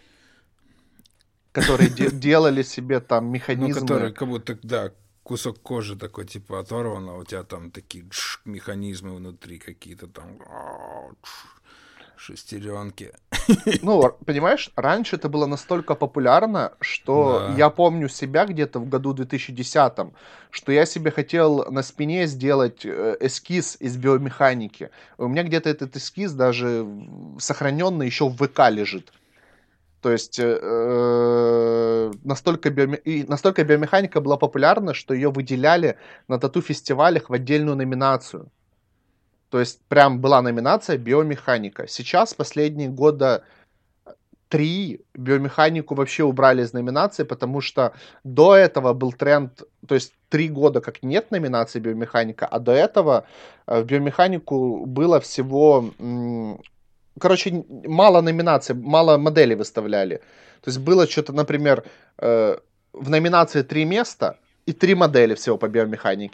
которые де- делали себе там Ну, механизмы. которые как будто, да, кусок кожи такой, типа, оторван, а у тебя там такие джш, механизмы внутри какие-то там, а, джш, шестеренки. Ну, р- понимаешь, раньше это было настолько популярно, что Да. я помню себя где-то в году две тысячи десятом, что я себе хотел на спине сделать э, эскиз из биомеханики. У меня где-то этот эскиз даже сохраненный еще в ВК лежит. То есть э, э, настолько, биоме- и настолько биомеханика была популярна, что ее выделяли на тату-фестивалях в отдельную номинацию. То есть прям была номинация биомеханика. Сейчас последние года три биомеханику вообще убрали из номинации, потому что до этого был тренд, то есть три года как нет номинации биомеханика, а до этого э, в биомеханику было всего м, короче, н- мало номинаций, мало моделей выставляли. То есть было что-то, например, э, в номинации три места и три модели всего по биомеханике.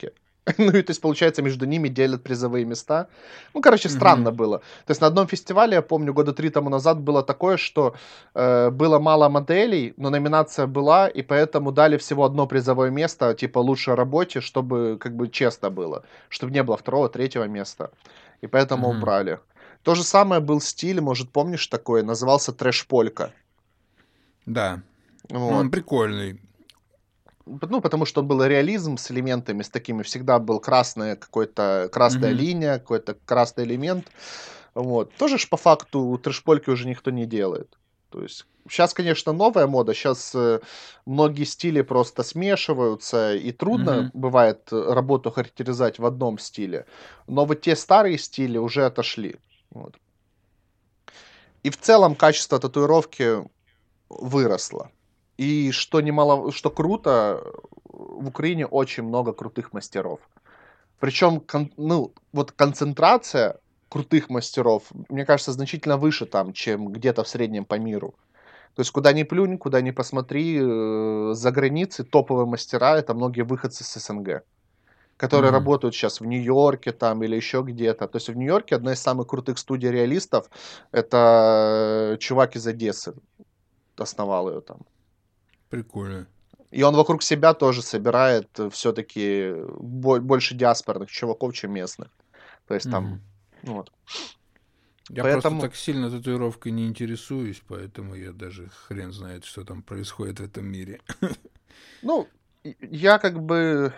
Ну и то есть, получается, между ними делят призовые места. Ну, короче, странно Мгм. было. То есть на одном фестивале, я помню, года три тому назад было такое, что э, было мало моделей, но номинация была, и поэтому дали всего одно призовое место, типа лучшей работе, чтобы как бы честно было, чтобы не было второго, третьего места. И поэтому Мгм. убрали. То же самое был стиль, может, помнишь такой, назывался трэш-полька. Да. Ну, он Вот. прикольный. Ну, потому что был реализм с элементами, с такими, всегда был красная какой-то, красная Мгм. линия, какой-то красный элемент. Вот. Тоже ж по факту трэш-польки уже никто не делает. То есть сейчас, конечно, новая мода, сейчас э, многие стили просто смешиваются, и трудно Мгм. бывает э, работу характеризовать в одном стиле. Но вот те старые стили уже отошли. Вот. И в целом качество татуировки выросло. И что немало, что круто, в Украине очень много крутых мастеров. Причем, кон- ну, вот концентрация крутых мастеров, мне кажется, значительно выше там, чем где-то в среднем по миру. То есть куда ни плюнь, куда ни посмотри, э, за границей топовые мастера — это многие выходцы с СНГ, которые Мгм. работают сейчас в Нью-Йорке там или еще где-то. То есть в Нью-Йорке одна из самых крутых студий реалистов — это э, чувак из Одессы основал ее там. Прикольно. И он вокруг себя тоже собирает все-таки больше диаспорных чуваков, чем местных. То есть там, Мгм. ну вот. Я просто Поэтому, так сильно татуировкой не интересуюсь, поэтому я даже хрен знает, что там происходит в этом мире. ну, и- я как бы,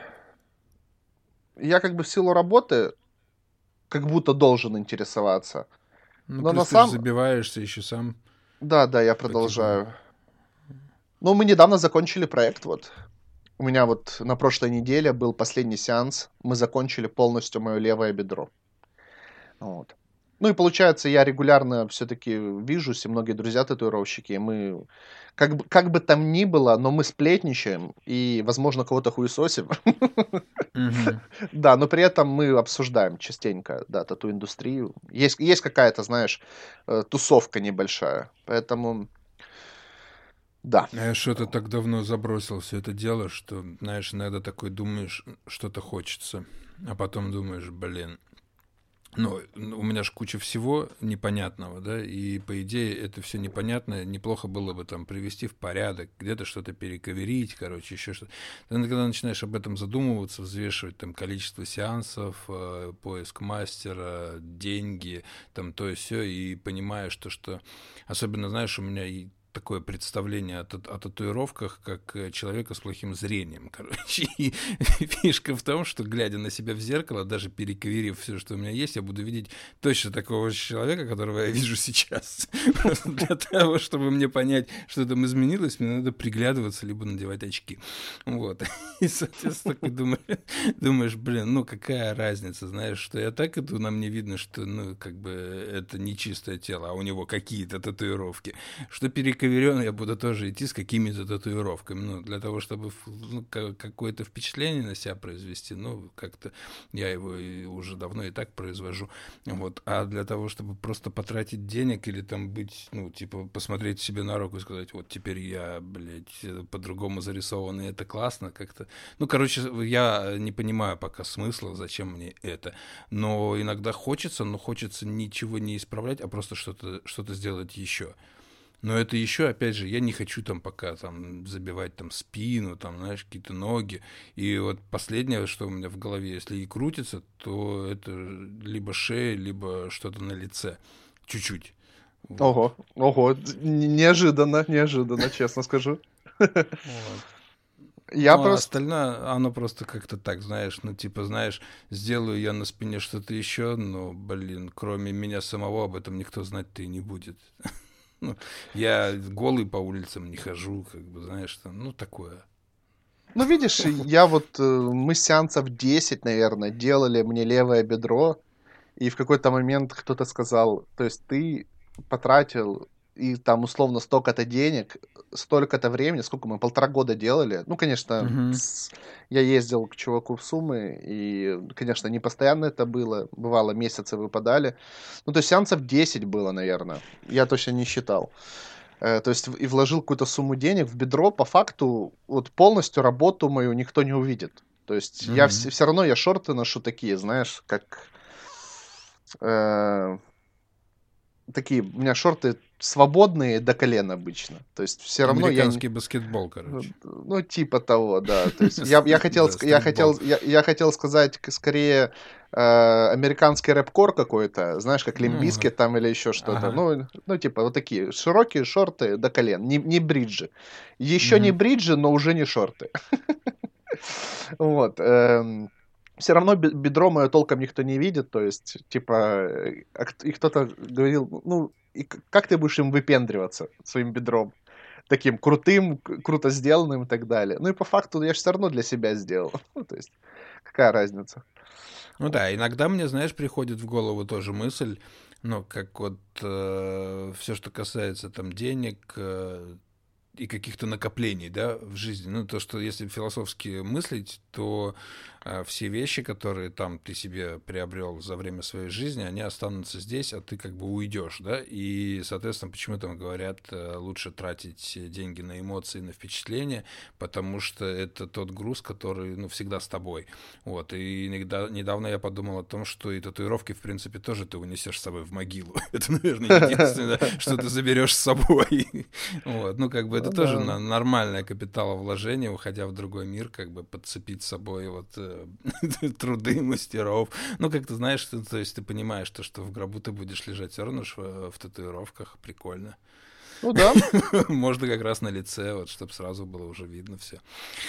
я как бы в силу работы как будто должен интересоваться. Ну, Но на плюс ты же самом... забиваешься еще сам Да, да, я потихоньку. продолжаю. Ну, мы недавно закончили проект, вот. У меня вот на прошлой неделе был последний сеанс. Мы закончили полностью мое левое бедро. Вот. Ну и получается, я регулярно все-таки вижусь, и многие друзья татуировщики, и мы, как бы, как бы там ни было, но мы сплетничаем, и, возможно, кого-то хуесосим. Мгм. Да, но при этом мы обсуждаем частенько, да, тату-индустрию. Есть, есть какая-то, знаешь, э, тусовка небольшая, поэтому, да. А я что-то так давно забросил все это дело, что, знаешь, иногда такой думаешь, что-то хочется, а потом думаешь, блин, ну, у меня же куча всего непонятного, да, и по идее это все непонятное, неплохо было бы там привести в порядок, где-то что-то перековерить, короче, еще что-то. Ты когда начинаешь об этом задумываться, взвешивать там количество сеансов, э, поиск мастера, деньги, там то и все, и понимаешь то, что особенно, знаешь, у меня и такое представление о, тат- о татуировках, как э, человека с плохим зрением, короче. И фишка в том, что, глядя на себя в зеркало, даже перековерив все, что у меня есть, я буду видеть точно такого же человека, которого я вижу сейчас. Просто для того, чтобы мне понять, что там изменилось, мне надо приглядываться, либо надевать очки. Вот. И, соответственно, такой думаешь, думаешь, блин, ну какая разница, знаешь, что я так иду, на мне видно, что, ну, как бы это не чистое тело, а у него какие-то татуировки. Что перековерен, я буду тоже идти с какими-то татуировками. Ну, для того, чтобы ну, какое-то впечатление на себя произвести, ну, как-то я его и уже давно и так произвожу. Вот. А для того, чтобы просто потратить денег или там быть, ну, типа, посмотреть себе на руку и сказать, вот теперь я, блядь, по-другому зарисован, и это классно как-то. Ну, короче, я не понимаю пока смысла, зачем мне это. Но иногда хочется, но хочется ничего не исправлять, а просто что-то что сделать еще. Но это еще, опять же, я не хочу там пока там забивать там спину, там, знаешь, какие-то ноги. И вот последнее, что у меня в голове, если и крутится, то это либо шея, либо что-то на лице. Чуть-чуть. Вот. Ого, ого, неожиданно, неожиданно, честно скажу. Вот. Я Ну, а просто... остальное, оно просто как-то так, знаешь, ну, типа, знаешь, сделаю я на спине что-то еще, но, блин, кроме меня самого об этом никто знать-то и не будет. Ну, я голый по улицам не хожу, как бы, знаешь, там, ну, такое. Ну, видишь, я вот... э, Мы сеансов десять, наверное, делали мне левое бедро, и в какой-то момент кто-то сказал, то есть ты потратил и там условно столько-то денег, столько-то времени, сколько мы, полтора года делали. Ну, конечно, Мгм. с- я ездил к чуваку в Сумы, и, конечно, не постоянно это было, бывало, месяцы выпадали. Ну, то есть сеансов десять было, наверное, я точно не считал. Э, то есть в- и вложил какую-то сумму денег в бедро, по факту вот полностью работу мою никто не увидит. То есть я Мгм. все, все равно я шорты ношу такие, знаешь, как э, такие, у меня шорты свободные до колен обычно. То есть все равно я не, Американский баскетбол, короче. ну, типа того, да. То есть я, я хотел, Да, ск- я стритбол. хотел, я, я хотел сказать к- скорее э, американский рэп-кор какой-то, знаешь, как Лимп Ну, Бизкит там или еще что-то. ага. Ну, ну, типа вот такие широкие шорты до колен, не, не бриджи. Еще не Мгм. бриджи, но уже не шорты. Вот. Все равно бе- бедро мое толком никто не видит, то есть, типа, э, а кт- и кто-то говорил, ну, и к- как ты будешь им выпендриваться своим бедром? Таким крутым, к- круто сделанным и так далее. Ну и по факту я же все равно для себя сделал. Ну, то есть, какая разница? Ну да, иногда мне, знаешь, приходит в голову тоже мысль, ну, как вот все, что касается там денег, э, и каких-то накоплений, да, в жизни. Ну, то, что если философски мыслить, то э, все вещи, которые там ты себе приобрел за время своей жизни, они останутся здесь, а ты как бы уйдешь, да, и, соответственно, почему там говорят, э, лучше тратить деньги на эмоции, на впечатления, потому что это тот груз, который, ну, всегда с тобой. Вот, и иногда, недавно я подумал о том, что и татуировки, в принципе, тоже ты унесешь с собой в могилу. Это, наверное, единственное, что ты заберешь с собой. Вот, ну, как бы это Ну тоже да. на- нормальное капиталовложение, уходя в другой мир, как бы подцепить с собой вот э, труды мастеров. Ну, как ты знаешь, ты- то есть ты понимаешь, то, что в гробу ты будешь лежать все равно ж в, в татуировках, прикольно. Ну да. Можно как раз на лице, вот, чтобы сразу было уже видно все.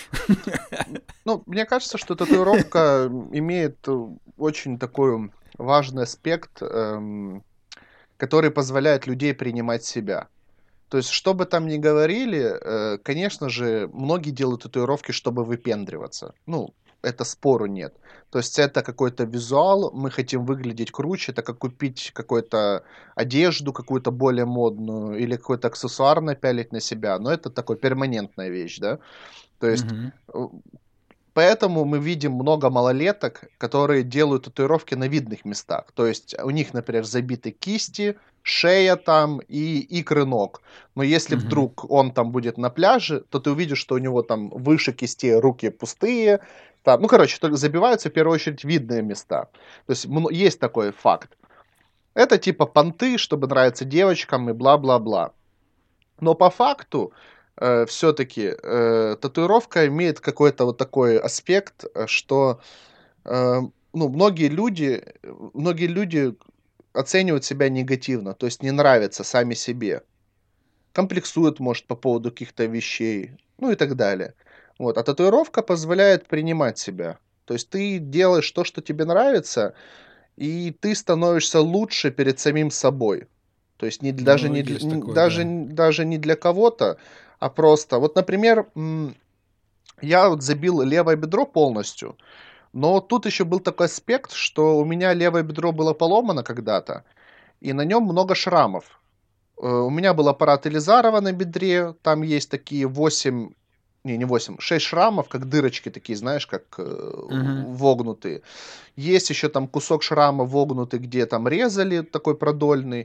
Ну, мне кажется, что татуировка имеет э, очень такой важный аспект, эм, который позволяет людей принимать себя. То есть, что бы там ни говорили, э, конечно же, многие делают татуировки, чтобы выпендриваться. Ну, это спору нет. То есть это какой-то визуал, мы хотим выглядеть круче, это как купить какую-то одежду, какую-то более модную, или какой-то аксессуар напялить на себя, но это такой перманентная вещь, да. То есть Мгм. э, поэтому мы видим много малолеток, которые делают татуировки на видных местах. То есть у них, например, забиты кисти, шея там и икры ног. Но если Мгм. вдруг он там будет на пляже, то ты увидишь, что у него там выше кисти руки пустые. Там, ну, короче, только забиваются в первую очередь видные места. То есть мно- есть такой факт. Это типа понты, чтобы нравиться девочкам и бла-бла-бла. Но по факту э, все-таки э, татуировка имеет какой-то вот такой аспект, э, что э, ну, многие люди, э, многие люди оценивают себя негативно, то есть не нравятся сами себе, комплексуют, может, по поводу каких-то вещей, ну и так далее. Вот. А татуировка позволяет принимать себя. То есть ты делаешь то, что тебе нравится, и ты становишься лучше перед самим собой. То есть не, даже, Ну, не для, есть н- такое, даже, да. н- даже не для кого-то, а просто. Вот, например, м, я вот забил левое бедро полностью, но тут еще был такой аспект, что у меня левое бедро было поломано когда-то, и на нем много шрамов. Э, У меня был аппарат Элизарова на бедре, там есть такие восемь, не, не восемь, шесть шрамов, как дырочки такие, знаешь, как э, Мгм. вогнутые. Есть еще там кусок шрама вогнутый, где там резали, такой продольный.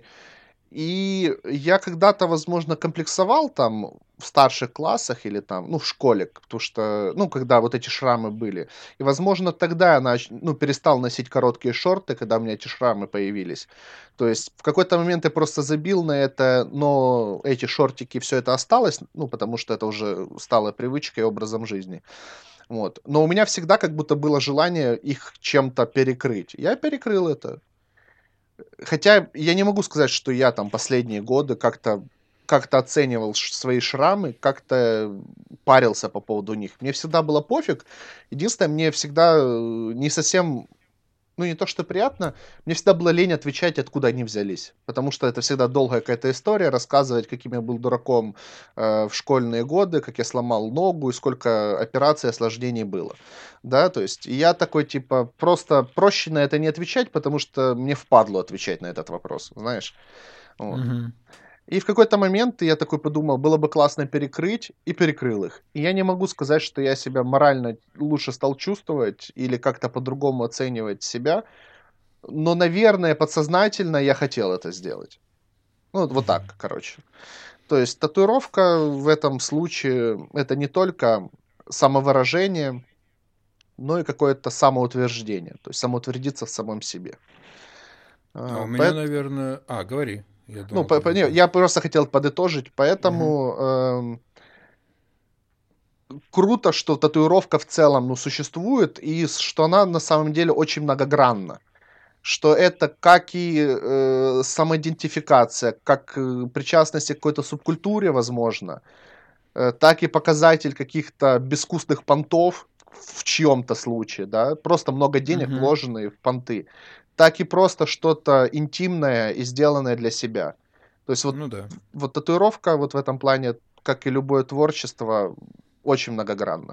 И я когда-то, возможно, комплексовал там в старших классах или там, ну, в школе, потому что, ну, когда вот эти шрамы были. И, возможно, тогда я нач... ну, перестал носить короткие шорты, когда у меня эти шрамы появились. То есть в какой-то момент я просто забил на это, но эти шортики, все это осталось, ну, потому что это уже стало привычкой и образом жизни. Вот. Но у меня всегда как будто было желание их чем-то перекрыть. Я перекрыл это. Хотя я не могу сказать, что я там последние годы как-то как-то оценивал ш- свои шрамы, как-то парился по поводу них. Мне всегда было пофиг. Единственное, мне всегда э, не совсем, ну не то что приятно, мне всегда было лень отвечать, откуда они взялись. Потому что это всегда долгая какая-то история, рассказывать, каким я был дураком э, в школьные годы, как я сломал ногу и сколько операций, осложнений было. Да, то есть и я такой, типа, просто проще на это не отвечать, потому что мне впадло отвечать на этот вопрос, знаешь. Вот. Мгм. И в какой-то момент я такой подумал, было бы классно перекрыть, и перекрыл их. И я не могу сказать, что я себя морально лучше стал чувствовать или как-то по-другому оценивать себя, но, наверное, подсознательно я хотел это сделать. Ну, вот вот так, короче. То есть татуировка в этом случае это не только самовыражение, но и какое-то самоутверждение, то есть самоутвердиться в самом себе. А у А, меня, поэт- наверное... А, говори. Я Ну, думал, по- ты по- не, хотел... я просто хотел подытожить, Мгм. поэтому эм, круто, что татуировка в целом, ну, существует, и с- что она на самом деле очень многогранна. Что это как и э, самоидентификация, как э, причастность к какой-то субкультуре, возможно, э, так и показатель каких-то безвкусных понтов в чьем-то случае, да, просто много денег Мгм. вложенные в понты, так и просто что-то интимное и сделанное для себя. То есть вот, Ну да. вот татуировка вот в этом плане, как и любое творчество, очень многогранно.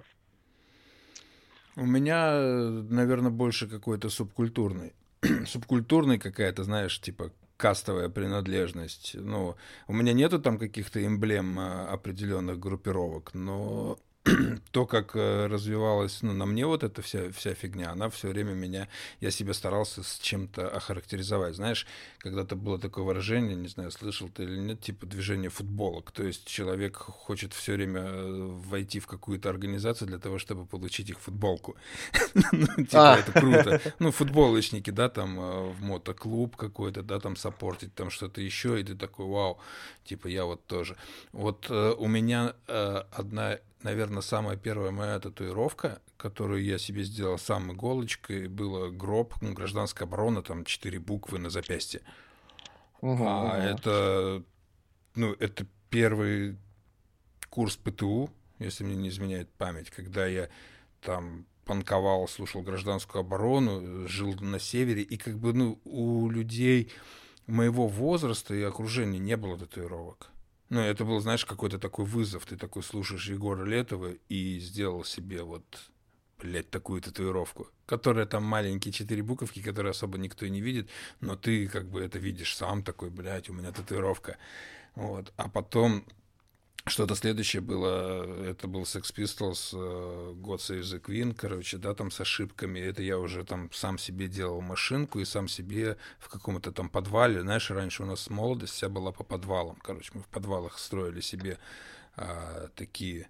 У меня, наверное, больше какой-то субкультурный. Субкультурный какая-то, знаешь, типа кастовая принадлежность. Ну, у меня нету там каких-то эмблем а, определенных группировок, но то, как э, развивалась, ну, на мне вот эта вся, вся фигня, она все время меня, я себя старался с чем-то охарактеризовать. Знаешь, когда-то было такое выражение, не знаю, слышал ты или нет, типа движение футболок. То есть человек хочет все время э, войти в какую-то организацию для того, чтобы получить их футболку. Ну, типа, А, это круто. Ну, футболочники, да, там э, в мотоклуб какой-то, да, там саппортить там что-то еще, и ты такой, вау, типа, я вот тоже. Вот э, у меня э, одна, наверное, самая первая моя татуировка, которую я себе сделал сам иголочкой, было гроб, ну, гражданская оборона, там четыре буквы на запястье. мгм, А мгм. это, ну, это первый курс ПТУ, если мне не изменяет память, когда я там панковал, слушал гражданскую оборону, жил на севере, и как бы, ну, у людей моего возраста и окружения не было татуировок. Ну, это был, знаешь, какой-то такой вызов. Ты такой слушаешь Егора Летова и сделал себе вот, блядь, такую татуировку, которая там маленькие четыре буковки, которые особо никто и не видит, но ты как бы это видишь сам такой, блядь, у меня татуировка. Вот. А потом что-то следующее было, это был Sex Pistols, э, God Save the Queen, короче, да, там с ошибками. Это я уже там сам себе делал машинку и сам себе в каком-то там подвале. Знаешь, раньше у нас молодость вся была по подвалам. Короче, мы в подвалах строили себе а, такие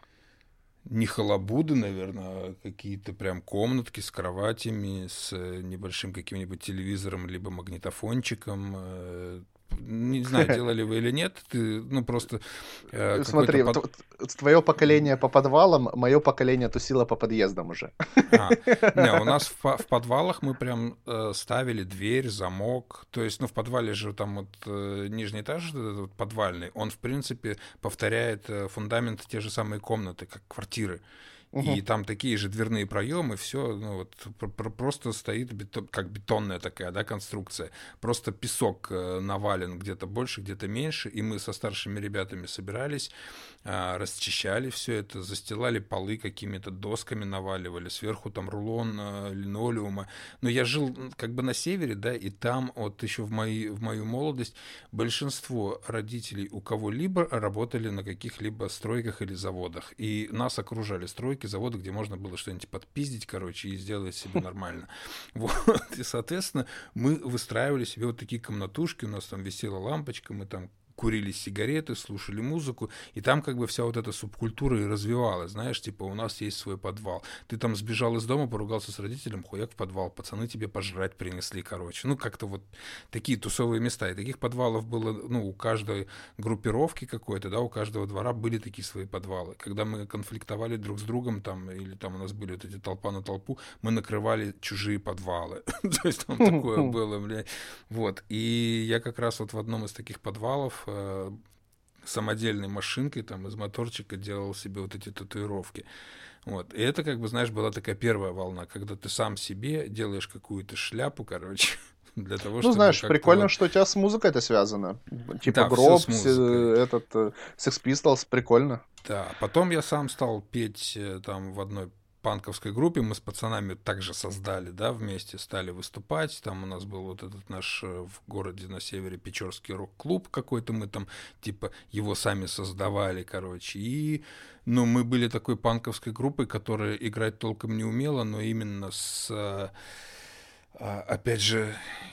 не халабуды, наверное, а какие-то прям комнатки с кроватями, с э, небольшим каким-нибудь телевизором, либо магнитофончиком. э, Не знаю, делали вы или нет, ты, ну, просто э, какой-то Смотри, вот, под... вот твое поколение по подвалам, мое поколение тусило по подъездам уже. А, не, у нас в, по- в подвалах мы прям э, ставили дверь, замок. То есть, ну, в подвале же там вот э, нижний этаж вот этот вот подвальный, он, в принципе, повторяет э, фундамент те же самые комнаты, как квартиры. Мгм. И там такие же дверные проемы, все, ну вот пр- пр- просто стоит бетон, как бетонная такая, да, конструкция. Просто песок э, навален где-то больше, где-то меньше, и мы со старшими ребятами собирались, а, расчищали все это, застилали полы какими-то досками, наваливали, сверху там рулон а, линолеума. Но я жил м, как бы на севере, да, и там вот еще в, мои, в мою молодость большинство родителей у кого-либо работали на каких-либо стройках или заводах. И нас окружали стройки, заводы, где можно было что-нибудь подпиздить, короче, и сделать себе нормально. Вот. И, соответственно, мы выстраивали себе вот такие комнатушки, у нас там висела лампочка, мы там курили сигареты, слушали музыку, и там как бы вся вот эта субкультура и развивалась, знаешь, типа у нас есть свой подвал. Ты там сбежал из дома, поругался с родителем, хуяк в подвал, пацаны тебе пожрать принесли, короче. Ну, как-то вот такие тусовые места. И таких подвалов было, ну, у каждой группировки какой-то, да, у каждого двора были такие свои подвалы. Когда мы конфликтовали друг с другом там, или там у нас были вот эти толпа на толпу, мы накрывали чужие подвалы. То есть там такое было, блядь. Вот. И я как раз вот в одном из таких подвалов э, самодельной машинкой там из моторчика делал себе вот эти татуировки. Вот. И это, как бы, знаешь, была такая первая волна, когда ты сам себе делаешь какую-то шляпу, короче, для того, Ну, чтобы знаешь, как-то прикольно, вот... что у тебя с музыкой это связано. Типа Да, все с гроб, се- музыкой. этот, э, Sex Pistols, прикольно. Да, потом я сам стал петь э, там в одной панковской группе, мы с пацанами также создали, да, вместе стали выступать, там у нас был вот этот наш э, в городе на севере Печорский рок-клуб какой-то, мы там типа его сами создавали, короче, и, ну, мы были такой панковской группой, которая играть толком не умела, но именно с, э, а, опять же,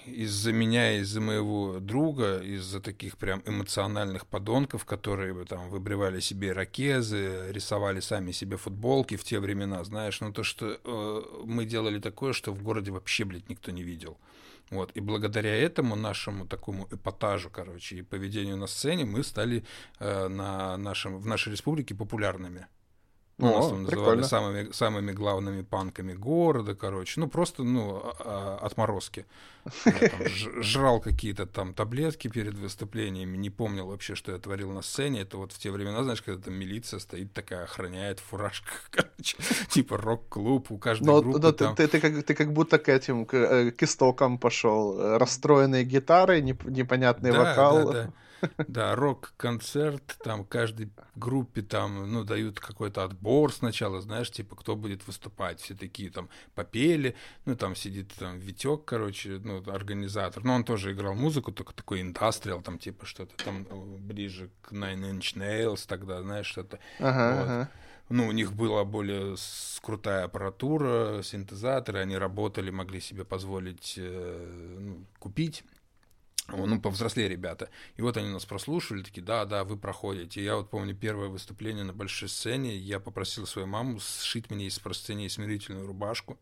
из-за меня, из-за моего друга, из-за таких прям эмоциональных подонков, которые там выбривали себе ирокезы, рисовали сами себе футболки в те времена, знаешь, ну то, что э, мы делали такое, что в городе вообще, блядь, никто не видел. Вот. И благодаря этому нашему такому эпатажу, короче, и поведению на сцене мы стали э, на нашем, в нашей республике популярными. Ну, нас О, там называли прикольно. самыми, самыми главными панками города, короче. Ну, просто, ну, а- а- отморозки. Я там ж- жрал какие-то там таблетки перед выступлениями, не помнил вообще, что я творил на сцене. Это вот в те времена, знаешь, когда там милиция стоит такая, охраняет в фуражках, короче. Типа рок-клуб, у каждой Но, группы но ты, там... ты, ты как, ты как будто к этим, к, э, к истокам пошел. Э, Расстроенные гитары, неп- непонятный Да, да, вокал. да. Да, рок-концерт, там каждой группе там, ну, дают какой-то отбор сначала, знаешь, типа, кто будет выступать. Все такие там попели, ну, там сидит там Витек, короче, ну, организатор. Ну, он тоже играл музыку, только такой индастриал, там, типа, что-то там э, ближе к Nine Inch Nails тогда, знаешь, что-то. Ага, Вот. ага. Ну, у них была более с- крутая аппаратура, синтезаторы, они работали, могли себе позволить э, ну, купить. О, ну, повзрослее ребята. И вот они нас прослушали, такие, да, да, вы проходите. И я вот помню первое выступление на большой сцене, я попросил свою маму сшить мне из простыней смирительную рубашку.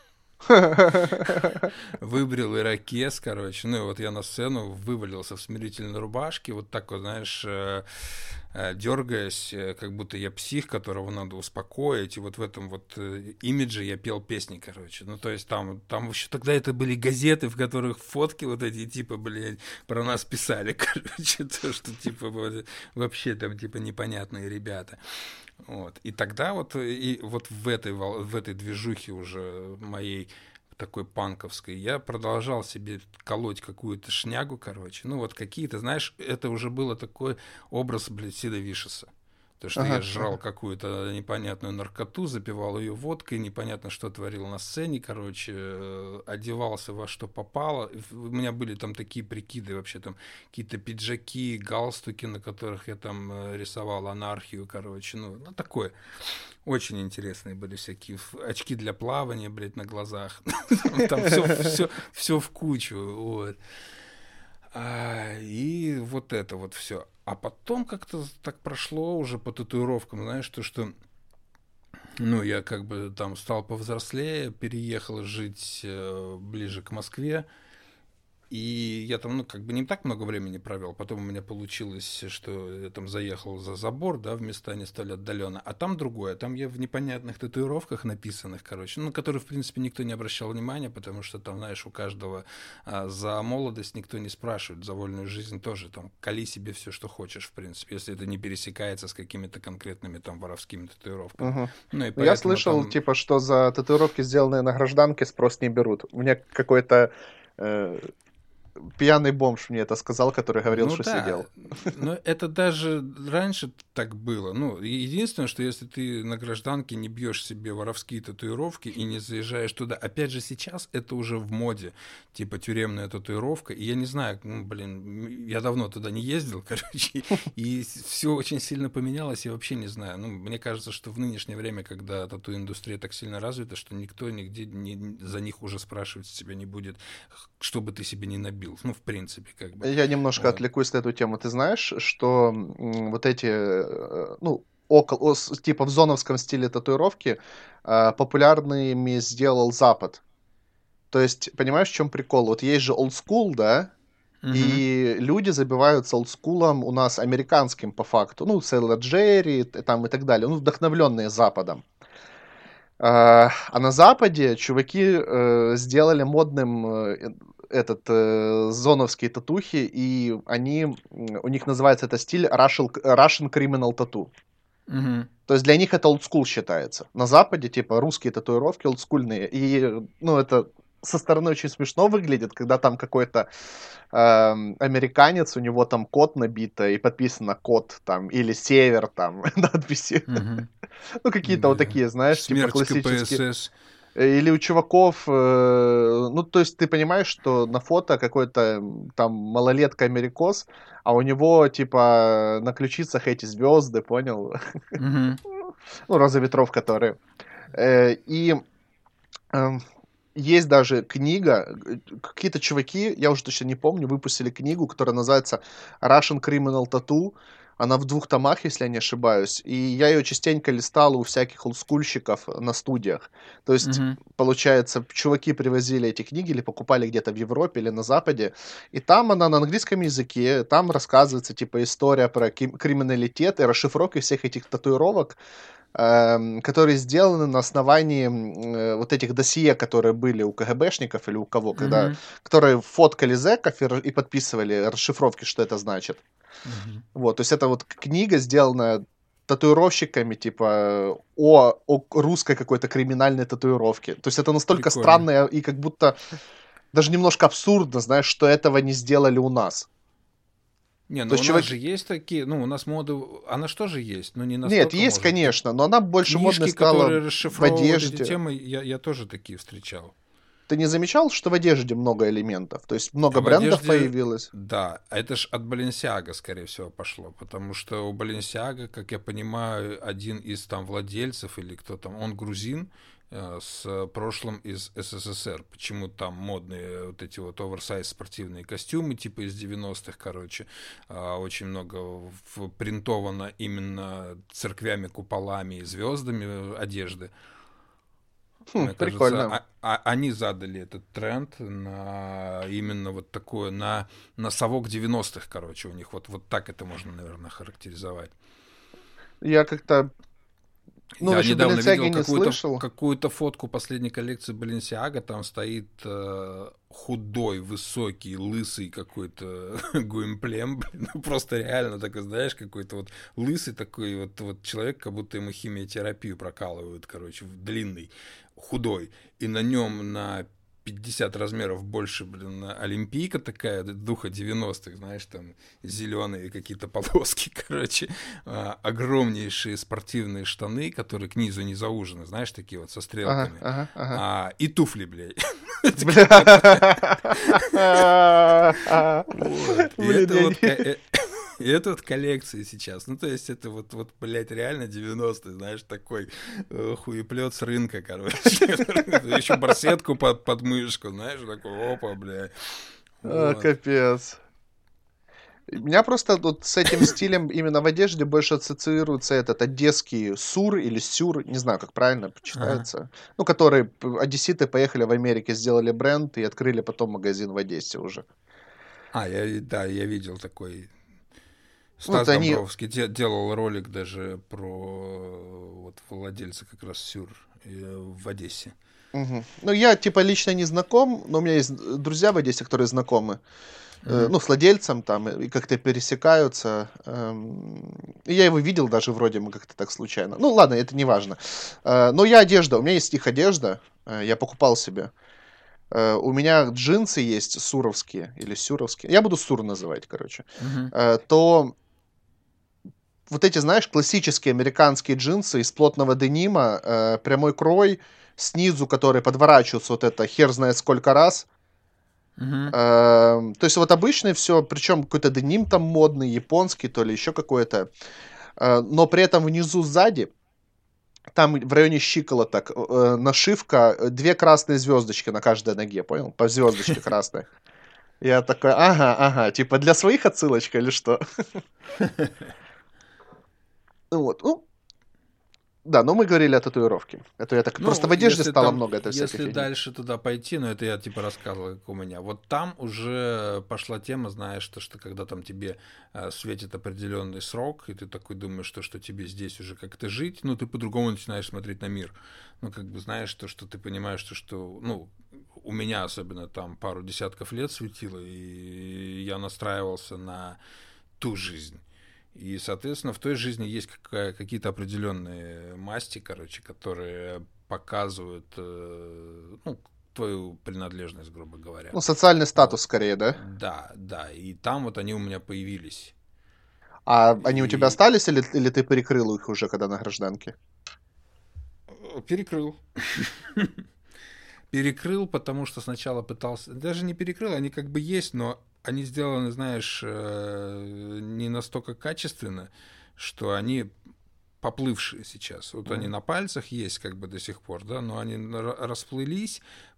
Выбрил ирокез, короче. Ну и вот я на сцену вывалился в смирительной рубашке, вот так вот, знаешь, э, э, дергаясь, э, как будто я псих, которого надо успокоить. И вот в этом вот э, имидже я пел песни, короче. Ну то есть там, там еще тогда это были газеты, в которых фотки вот эти, типа, блядь, про нас писали, короче. То, что, типа, вот, вообще там, типа, непонятные ребята. Вот. И тогда вот, и вот в этой, в этой движухе уже моей такой панковской, я продолжал себе колоть какую-то шнягу, короче. Ну, вот какие-то, знаешь, это уже было такой образ, блядь, Сида Вишеса. То, что я Ага, жрал ага. какую-то непонятную наркоту, запивал ее водкой, непонятно, что творил на сцене, короче, э, одевался во что попало. У меня были там такие прикиды вообще, там какие-то пиджаки, галстуки, на которых я там э, рисовал анархию, короче, ну, ну такое. Очень интересные были всякие очки для плавания, блядь, на глазах. Там все, все, все в кучу, вот. А, и вот это вот все. А потом как-то так прошло уже по татуировкам, знаешь, то, что, ну, я как бы там стал повзрослее, переехал жить э, ближе к Москве, и я там, ну, как бы не так много времени провел. Потом у меня получилось, что я там заехал за забор, да, в места не стали отдаленно. А там другое. Там я в непонятных татуировках написанных, короче, ну, на которые, в принципе, никто не обращал внимания, потому что там, знаешь, у каждого а, за молодость никто не спрашивает, за вольную жизнь тоже. Там, кали себе все, что хочешь, в принципе, если это не пересекается с какими-то конкретными там воровскими татуировками. Мгм. Ну, и Ну, я поэтому слышал, там... типа, что за татуировки, сделанные на гражданке, спрос не берут. У меня какой-то э, пьяный бомж мне это сказал, который говорил, Ну что да, сидел. но это даже раньше так было. Ну, единственное, что если ты на гражданке не бьешь себе воровские татуировки и не заезжаешь туда, опять же сейчас это уже в моде, типа тюремная татуировка. И я не знаю, ну, блин, я давно туда не ездил, короче, и все очень сильно поменялось, я вообще не знаю. Ну, мне кажется, что в нынешнее время, когда тату-индустрия так сильно развита, что никто нигде не, за них уже спрашивать себя не будет, что бы ты себе не набил. Ну, в принципе, как бы. Я немножко Вот. отвлекусь на эту тему. Ты знаешь, что м, вот эти, э, ну, около, о, с- типа в зоновском стиле татуировки э, популярными сделал Запад. То есть, понимаешь, в чем прикол? Вот есть же олдскул, да? Мгм. И люди забиваются олдскулом у нас американским по факту. Ну, Сейлор Джерри т- там и так далее. Ну, вдохновленные Западом. А, а на Западе чуваки э, сделали модным э, этот э, зоновские татухи, и они, м, у них называется это стиль Russian, Russian Criminal Tattoo. Мгм. То есть для них это олдскул считается. На Западе, типа, русские татуировки олдскульные. И, ну, это со стороны очень смешно выглядит, когда там какой-то эм, американец, у него там код набито, и подписано код там, или север там, надписи. Мгм. Ну, какие-то вот Да. такие, знаешь, типа Смерть классические. ка пэ эс эс. Э, Или у чуваков, э, ну, то есть ты понимаешь, что на фото какой-то м, там малолетка-америкос, а у него, типа, на ключицах эти звезды, понял? Мгм. Ну, роза ветров, которые. Э, И эм, есть даже книга, какие-то чуваки, я уже точно не помню, выпустили книгу, которая называется Russian Criminal Tattoo. Она в двух томах, если я не ошибаюсь. И я ее частенько листал у всяких олдскульщиков на студиях. То есть, Мгм. получается, чуваки привозили эти книги или покупали где-то в Европе или на Западе. И там она на английском языке, там рассказывается, типа, история про ким- криминалитет и расшифровки всех этих татуировок, эм, которые сделаны на основании м, э, вот этих досье, которые были у КГБшников или у кого, когда, Мгм. которые фоткали зэков и, ра- и подписывали расшифровки, что это значит. Мгм. Вот, то есть это вот книга, сделанная татуировщиками, типа, о, о русской какой-то криминальной татуировке. То есть это настолько Прикольно. странно и как будто даже немножко абсурдно, знаешь, что этого не сделали у нас. Не, То ну у есть нас же чуваки... есть такие, ну у нас мода, она что же есть, но не Нет, настолько, есть, может быть, как конечно, но она больше модной книжки, стала которые в расшифровывают эти одежде. темы, я, я тоже такие встречал. Ты не замечал, что в одежде много элементов? То есть много А в брендов одежде, появилось? да, а это ж от Balenciaga, скорее всего, пошло, потому что у Balenciaga, как я понимаю, один из там владельцев или кто там, он грузин, э, с прошлым из СССР. Почему там модные вот эти вот оверсайз спортивные костюмы, типа из девяностых, короче, а, очень много в- принтовано именно церквями, куполами и звездами э, одежды. Хм, Мне кажется, прикольно. а- а- они задали этот тренд на именно вот такое, на, на совок девяностых, короче, у них вот, вот так это можно, наверное, характеризовать. Я как-то, ну, Я насчет недавно Баленсиаги видел не какую-то слышал. какую-то фотку последней коллекции Balenciaga, там стоит э, худой, высокий, лысый какой-то гуимплем, блин, ну просто реально так, знаешь, какой-то вот лысый такой вот, вот человек, как будто ему химиотерапию прокалывают, короче, длинный, худой, и на нем на пятьдесят размеров больше, блин, олимпийка такая, духа девяностых, знаешь, там зеленые какие-то полоски, короче, а, огромнейшие спортивные штаны, которые к низу не заужены, знаешь, такие вот со Ага, стрелками, ага, ага. а, и туфли, блядь. Бля. Вот. И Блин, это я вот, не... э, и это вот коллекции сейчас. Ну, то есть, это вот, вот блядь, реально девяностые, знаешь, такой э, хуеплет с рынка, короче. Еще барсетку под, под мышку, знаешь, такой, опа, блядь. А, Вот. капец. Меня просто вот с этим стилем именно в одежде больше ассоциируется этот одесский сур или сюр, не знаю, как правильно Ага. читается, ну, которые п- одесситы поехали в Америке, сделали бренд и открыли потом магазин в Одессе уже. А, я, да, я видел такой. Ну, Стас вот они... Домбровский де- делал ролик даже про э, вот владельца как раз Сюр э, в Одессе. Мгм. Ну, я, типа, лично не знаком, но у меня есть э, друзья в Одессе, которые знакомы, э, Мгм. ну, с владельцем там, и как-то пересекаются. эм, и я его видел даже вроде мы как-то так случайно. Ну, ладно, это не важно. Э, но я одежда, у меня есть их одежда, э, я покупал себе. Э, у меня джинсы есть суровские или сюровские, я буду сур называть, короче. Мгм. Э, то вот эти, знаешь, классические американские джинсы из плотного денима, э, прямой крой, снизу, которые подворачиваются вот это хер знает сколько раз. Мгм. Эм, То есть вот обычный все, причем какой-то деним там модный, японский, то ли еще какой-то. Э, Но при этом внизу сзади, там в районе щиколоток, э, нашивка, э, две красные звездочки на каждой ноге, понял? По звездочке красной. Я такой, ага, ага, типа для своих отсылочка или что? Ну вот, ну, да, но мы говорили о татуировке. Это я так просто Ну, в одежде если стало там, много этой всякой если фигни. дальше туда пойти, ну это я типа рассказывал, как у меня. Вот там уже пошла тема, знаешь, то, что когда там тебе э, светит определенный срок, и ты такой думаешь, что, что тебе здесь уже как-то жить, ну ты по-другому начинаешь смотреть на мир. Ну, как бы знаешь, то, что ты понимаешь, то, что, ну, у меня особенно там пару десятков лет светило, и я настраивался на ту жизнь. И, соответственно, в той жизни есть какая- какие-то определенные масти, короче, которые показывают э, ну, твою принадлежность, грубо говоря. Ну, социальный статус Вот. скорее, да? Да, да. И там вот они у меня появились. А они у тебя И остались или, или ты перекрыл их уже, когда на гражданке? э, перекрыл. Перекрыл, потому что сначала пытался... Даже не перекрыл, они как бы есть, но они сделаны, знаешь, э, не настолько качественно, что они поплывшие сейчас. Вот они М. на пальцах есть как бы до сих пор, да, но они р- расплылись,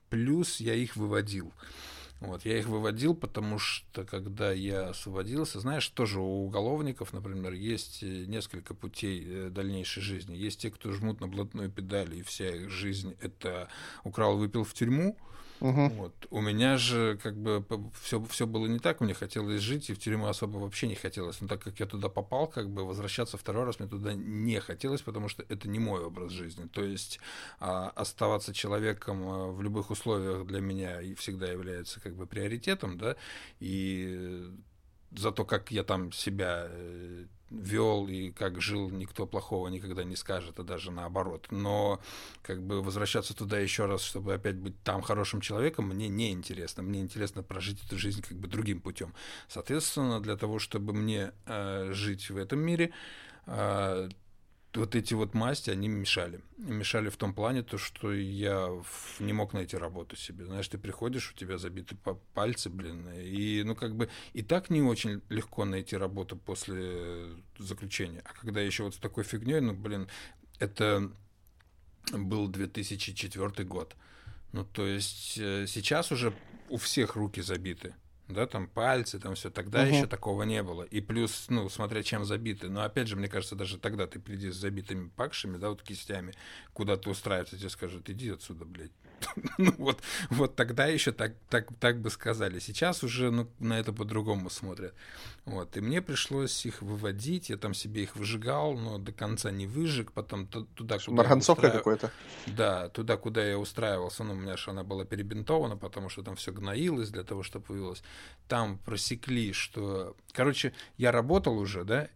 плюс я их выводил. Вот, я их выводил, потому что, когда я освободился, знаешь, тоже у уголовников, например, есть несколько путей дальнейшей жизни. Есть те, кто жмут на блатную педаль, и вся их жизнь — это украл, выпил в тюрьму. Угу. Вот. У меня же как бы все, все было не так, мне хотелось жить, и в тюрьму особо вообще не хотелось. Но так как я туда попал, как бы возвращаться второй раз мне туда не хотелось, потому что это не мой образ жизни. То есть а, оставаться человеком в любых условиях для меня и всегда является как бы приоритетом, да, и за то, как я там себя вел и как жил, никто плохого никогда не скажет, а даже наоборот. Но как бы возвращаться туда еще раз, чтобы опять быть там хорошим человеком, мне не интересно. Мне интересно прожить эту жизнь как бы другим путем. Соответственно, для того, чтобы мне э, жить в этом мире, э, вот эти вот масти, они мешали. Мешали в том плане, то, что я не мог найти работу себе. Знаешь, ты приходишь, у тебя забиты пальцы, блин, и, ну, как бы, и так не очень легко найти работу после заключения. А когда еще вот с такой фигней, ну, блин, это был две тысячи четвёртый год. Ну, то есть сейчас уже у всех руки забиты. Да, там пальцы, там все. Тогда uh-huh. еще такого не было. И плюс, ну, смотря чем забиты. Но опять же, мне кажется, даже тогда ты приди с забитыми пакшами, да, вот кистями, куда-то устраиваться, тебе скажут, иди отсюда, блядь. Ну, вот, вот тогда еще так, так, так бы сказали. Сейчас уже, ну, на это по-другому смотрят. Вот. И мне пришлось их выводить. Я там себе их выжигал, но до конца не выжег. Потом туда, куда Марганцовка устраив... какой-то? Да, туда, куда я устраивался. Ну, у меня же она была перебинтована, потому что там все гноилось для того, чтобы вывелось. Там просекли, что... Короче, я работал уже, да,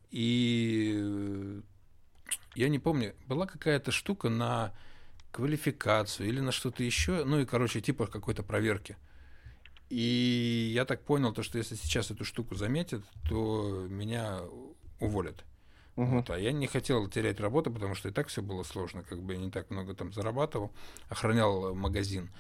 и я не помню, была какая-то штука на квалификацию или на что-то еще, ну и, короче, типа какой-то проверки. И я так понял, то, что если сейчас эту штуку заметят, то меня уволят. Uh-huh. Вот, а я не хотел терять работу, потому что и так все было сложно, как бы я не так много там зарабатывал, охранял магазин.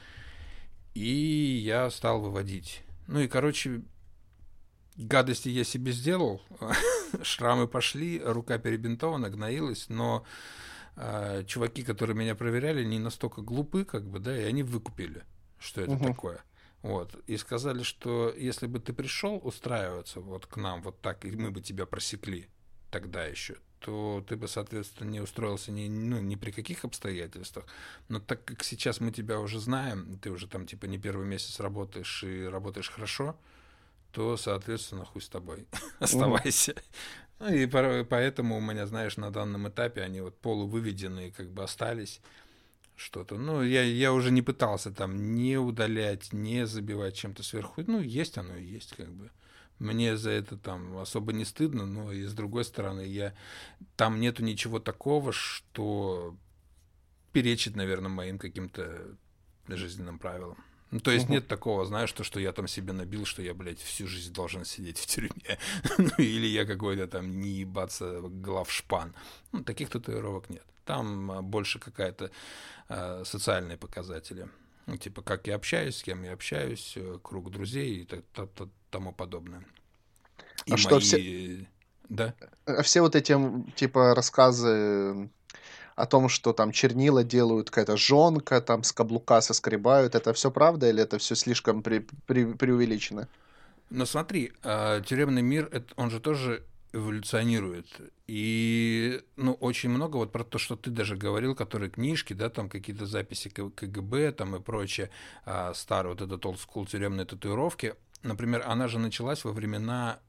И я стал выводить. Ну и, короче, гадости я себе сделал, шрамы пошли, рука перебинтована, гноилась, но э, чуваки, которые меня проверяли, не настолько глупы, как бы, да, и они выкупили, что это uh-huh. такое. Вот. И сказали, что если бы ты пришел устраиваться вот к нам вот так, и мы бы тебя просекли тогда еще, то ты бы, соответственно, не устроился ни, ну, ни при каких обстоятельствах. Но так как сейчас мы тебя уже знаем, ты уже там типа не первый месяц работаешь и работаешь хорошо, то, соответственно, хуй с тобой. Оставайся. Ну и поэтому у меня, знаешь, на данном этапе они вот полувыведенные как бы остались. Что-то. Ну, я, я уже не пытался там не удалять, не забивать чем-то сверху. Ну, есть оно и есть, как бы. Мне за это там особо не стыдно, но и с другой стороны, я... там нету ничего такого, что перечит, наверное, моим каким-то жизненным правилам. Ну, то есть uh-huh. нет такого, знаешь, то, что я там себе набил, что я, блядь, всю жизнь должен сидеть в тюрьме. Ну, или я какой-то там не ебаться главшпан. Ну, таких татуировок нет. Там больше какая-то э, социальные показатели. Ну, типа, как я общаюсь, с кем я общаюсь, круг друзей и т- т- т- тому подобное. И а мои... что все... Да? А все вот эти, типа, рассказы о том, что там чернила делают, какая-то жонка, там с каблука соскребают, это все правда или это все слишком при, при, преувеличено? Ну смотри, тюремный мир, он же тоже эволюционирует. И, ну, очень много вот про то, что ты даже говорил, которые книжки, да, там какие-то записи КГБ там и прочее, старые вот этот old school тюремные татуировки. Например, она же началась во времена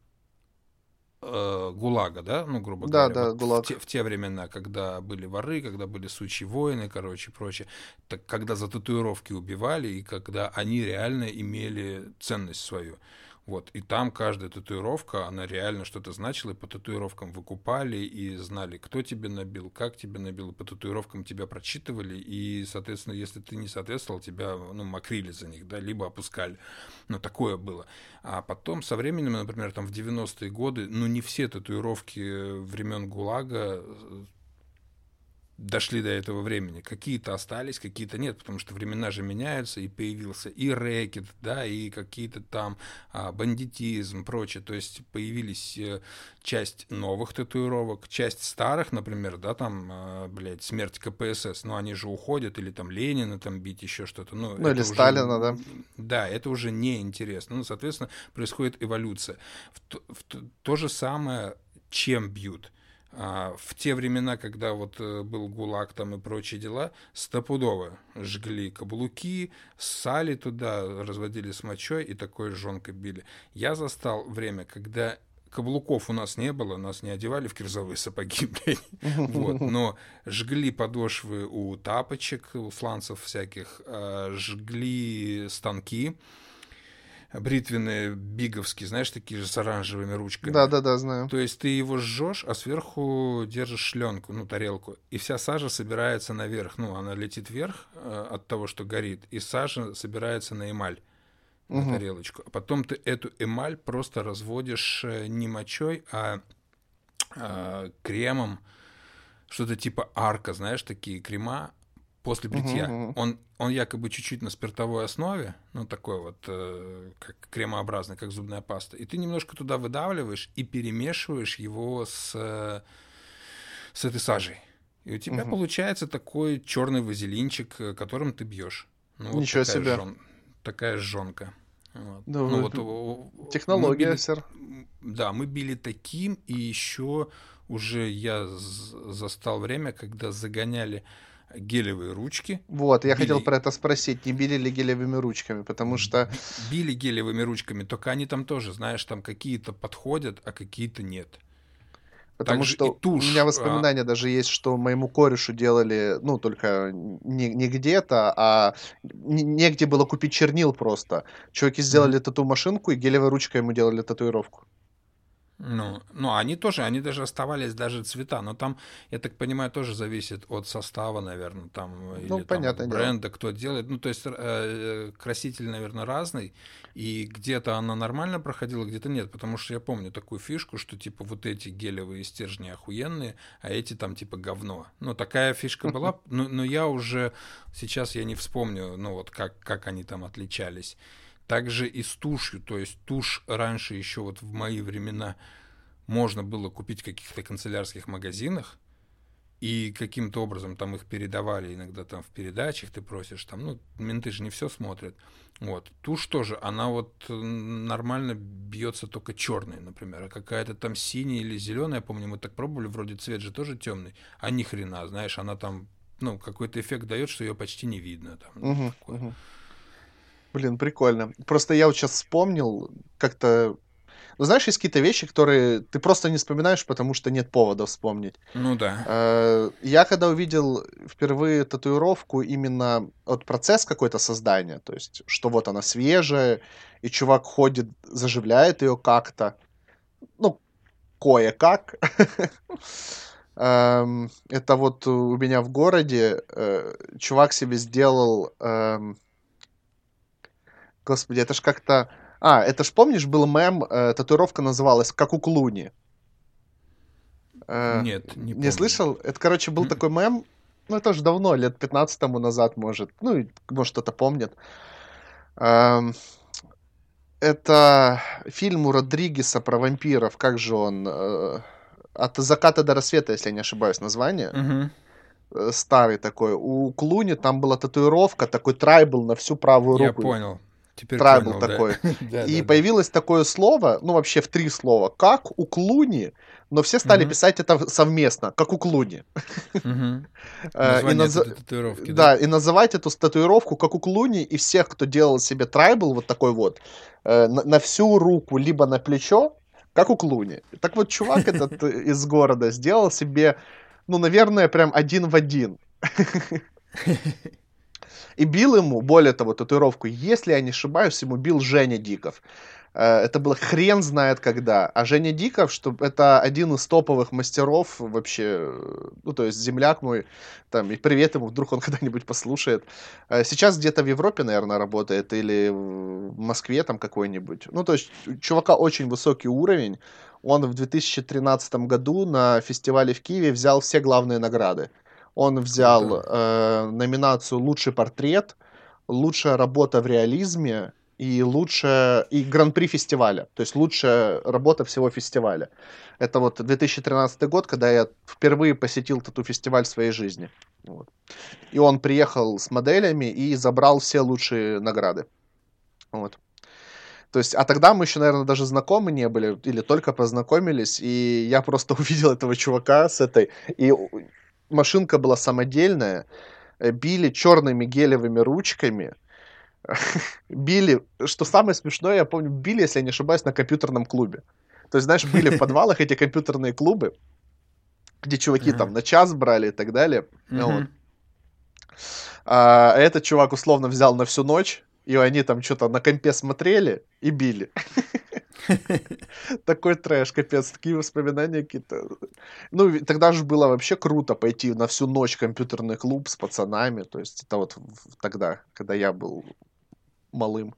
ГУЛАГа, да, ну, грубо да, говоря, да, вот ГУЛАГ. В, те, в те времена, когда были воры, когда были сучьи воины, короче, прочее, так, когда за татуировки убивали, и когда они реально имели ценность свою. Вот. И там каждая татуировка, она реально что-то значила, и по татуировкам выкупали, и знали, кто тебе набил, как тебе набил, и по татуировкам тебя прочитывали, и, соответственно, если ты не соответствовал, тебя, ну, мокрили за них, да, либо опускали. Ну, такое было. А потом, со временем, например, там в девяностые годы, ну, не все татуировки времен ГУЛАГа дошли до этого времени. Какие-то остались, какие-то нет, потому что времена же меняются, и появился и рэкет, да, и какие-то там а, бандитизм, прочее. То есть появились э, часть новых татуировок, часть старых, например, да, там, э, блядь, смерть ка пэ эс эс, но они же уходят, или там Ленина там бить, еще что-то. Ну, Ну, или это уже, Сталина, да. да, это уже неинтересно. Ну, соответственно, происходит эволюция. В то, в то, то же самое, чем бьют. А, в те времена, когда вот э, был ГУЛАГ там и прочие дела, стопудово жгли каблуки, ссали туда, разводили с мочой и такой жонкой били. Я застал время, когда каблуков у нас не было, нас не одевали в кирзовые сапоги, блядь, вот, но жгли подошвы у тапочек, у фланцев всяких, а, жгли станки, бритвенные, биговские, знаешь, такие же с оранжевыми ручками. Да-да-да, знаю. То есть ты его жжешь, а сверху держишь шленку, ну, тарелку, и вся сажа собирается наверх. Ну, она летит вверх э, от того, что горит, и сажа собирается на эмаль, на Угу. тарелочку. А потом ты эту эмаль просто разводишь э, не мочой, а э, кремом, что-то типа арка, знаешь, такие крема после бритья. Угу. Он, он якобы чуть-чуть на спиртовой основе, ну, такой вот, э, как кремообразный, как зубная паста. И ты немножко туда выдавливаешь и перемешиваешь его с, э, с этой сажей. И у тебя Угу. получается такой черный вазелинчик, э, которым ты бьешь. Ну, вот Ничего такая, себе. жон, такая жонка. Вот. Да, Ну, вы- вот о, мы технология, били, сэр. да, мы били таким, и еще уже я з- застал время, когда загоняли гелевые ручки, Вот, я хотел били, про это спросить, не били ли гелевыми ручками, потому что, би- били гелевыми ручками, только они там тоже, знаешь, там какие-то подходят, а какие-то нет. потому Также и что у меня тушь. а, воспоминания даже есть, что моему корешу делали, ну, только не, не где-то, а не- негде было купить чернил просто. Чуваки мгм. сделали тату-машинку и гелевой ручкой ему делали татуировку. Ну, ну, они тоже, они даже оставались даже цвета, но там, я так понимаю, тоже зависит от состава, наверное, там, Ну, или там от понятное дело. бренда, кто делает. Ну, то есть э, краситель, наверное, разный, и где-то она нормально проходила, где-то нет, потому что я помню такую фишку, что типа вот эти гелевые стержни охуенные, а эти там типа говно. Ну, такая фишка была, но, но я уже, сейчас я не вспомню, ну, вот как, как они там отличались. Также и с тушью, то есть тушь раньше еще вот в мои времена можно было купить в каких-то канцелярских магазинах, и каким-то образом там их передавали иногда там в передачах, ты просишь, там, ну, менты же не все смотрят. Вот. Тушь тоже, она вот э, нормально бьется только черной, например, а какая-то там синяя или зеленая, я помню, мы так пробовали, вроде цвет же тоже темный, а ни хрена, знаешь, она там, ну, какой-то эффект дает, что ее почти не видно. Там, ну, Мгм, такое. мгм. Блин, прикольно. Просто я вот сейчас вспомнил, как-то... Ну, знаешь, есть какие-то вещи, которые ты просто не вспоминаешь, потому что нет повода вспомнить. Ну да. Э, Я когда увидел впервые татуировку, именно вот процесс какой-то создания, то есть, что вот она свежая, и чувак ходит, заживляет ее как-то, ну, кое-как. Эм, Это вот у меня в городе э, чувак себе сделал, эм, господи, это ж как-то... А, это ж помнишь, был мем, э, татуировка называлась «Как у Клуни». Э, Нет, не Не помню. слышал? Это, короче, был М-м. такой мем, ну, это же давно, лет пятнадцать тому назад, может. Ну, и, может, кто-то помнит. Эм, Это фильм у Родригеса про вампиров. Как же он? э, От заката до рассвета, если я не ошибаюсь, название. Мгм. Э, Старый такой. У Клуни там была татуировка, такой трайбл на всю правую Я руку. понял. Теперь Трайбл понял, да. такой. Да, И да, да. появилось такое слово, ну, вообще в три слова, как у Клуни, но все стали Мгм. писать это совместно, как у Клуни. Мгм. Э, И Название от наз- этой татуировки, да? Да, и называть эту татуировку как у Клуни, и всех, кто делал себе трайбл вот такой вот, э, на, на всю руку, либо на плечо, как у Клуни. Так вот, чувак этот э, из города сделал себе, ну, наверное, прям один в один. И бил ему, более того, татуировку, если я не ошибаюсь, ему бил Женя Диков. Э, Это было хрен знает когда. А Женя Диков, что это один из топовых мастеров вообще, э, ну, то есть земляк мой, там, и привет ему, вдруг он когда-нибудь послушает. Э, Сейчас где-то в Европе, наверное, работает, или в Москве там какой-нибудь. Ну, то есть у чувака очень высокий уровень. Он в две тысячи тринадцатом году на фестивале в Киеве взял все главные награды. Он взял э, номинацию «Лучший портрет», «Лучшая работа в реализме» и лучшая и гран-при фестиваля, то есть лучшая работа всего фестиваля. Это вот две тысячи тринадцатый год, когда я впервые посетил тату-фестиваль в своей жизни. Вот. И он приехал с моделями и забрал все лучшие награды. Вот. То есть, а тогда мы еще, наверное, даже знакомы не были, или только познакомились, и я просто увидел этого чувака с этой, и машинка была самодельная, били черными гелевыми ручками, били, что самое смешное, я помню, били, если я не ошибаюсь, на компьютерном клубе. То есть, знаешь, были в подвалах эти компьютерные клубы, где чуваки там на час брали и так далее. Вот. А этот чувак условно взял на всю ночь, и они там что-то на компе смотрели и били. Такой трэш, капец, такие воспоминания какие-то. Ну, тогда же было вообще круто пойти на всю ночь в компьютерный клуб с пацанами. То есть это вот тогда, когда я был малым.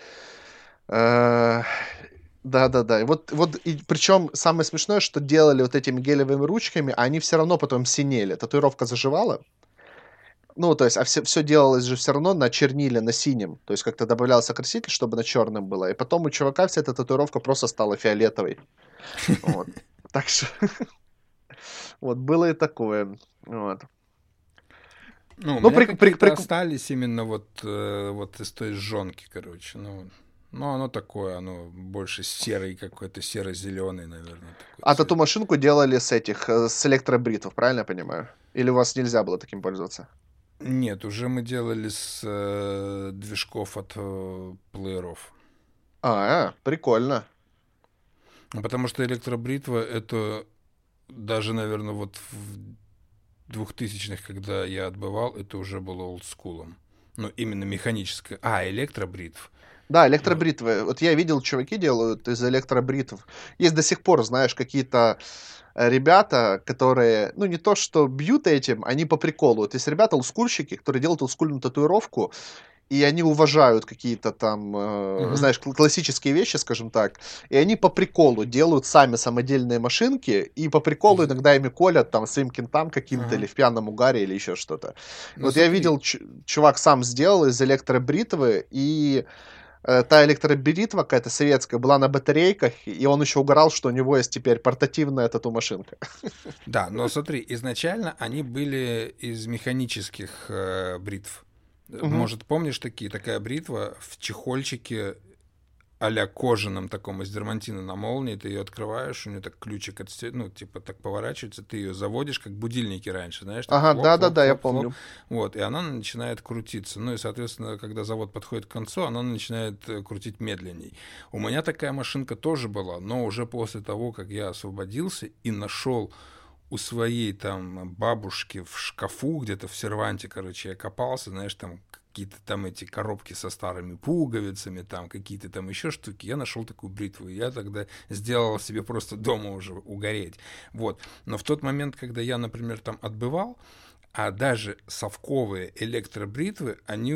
Да-да-да. И вот, вот и причем самое смешное, что делали вот этими гелевыми ручками, они все равно потом синели. Татуировка заживала. Ну, то есть, а все, все делалось же все равно на черниле, на синем. То есть, как-то добавлялся краситель, чтобы на черном было. И потом у чувака вся эта татуировка просто стала фиолетовой. Вот. Так что... Вот, было и такое. Вот. Ну, у меня какие-то остались именно вот, вот из той жжёнки, короче. Ну, ну, оно такое, оно больше серый какой-то, серо-зеленый, наверное. А тату-машинку делали с этих, с электробритов, правильно я понимаю? Или у вас нельзя было таким пользоваться? Нет, уже мы делали с э, движков от э, плееров. А, прикольно. Потому что электробритва это даже, наверное, вот в двухтысячных, когда я отбывал, это уже было олдскулом. Ну, именно механическое. А, электробритв. Да, электробритвы. Вот. вот я видел, чуваки делают из электробритв. Есть до сих пор, знаешь, какие-то ребята, которые, ну, не то что бьют этим, они по приколу. Вот есть ребята, олдскульщики, которые делают олдскульную татуировку, и они уважают какие-то там, э, uh-huh. знаешь, классические вещи, скажем так, и они по приколу делают сами самодельные машинки, и по приколу иногда ими колят там своим кентам каким-то, uh-huh. или в пьяном угаре, или еще что-то. Ну, вот смотри. Я видел, ч- чувак сам сделал из электробритвы, и э, та электробритва какая-то советская была на батарейках, и он еще угорал, что у него есть теперь портативная тату-машинка. Да, но смотри, изначально они были из механических э, бритв. Угу. Может, помнишь такие, такая бритва в чехольчике а-ля кожаном таком из дермантина на молнии, ты ее открываешь, у нее так ключик, отстё... ну, типа так поворачивается, ты ее заводишь, как будильники раньше, знаешь? Ага, да-да-да, я помню. Вот, и она начинает крутиться. Ну, и, соответственно, когда завод подходит к концу, она начинает крутить медленней. У меня такая машинка тоже была, но уже после того, как я освободился и нашел у своей там бабушки в шкафу, где-то в серванте, короче, я копался, знаешь, там какие-то там эти коробки со старыми пуговицами, там какие-то там еще штуки. Я нашел такую бритву, и я тогда сделал себе просто дома уже угореть. Вот. Но в тот момент, когда я, например, там отбывал, а даже совковые электробритвы, они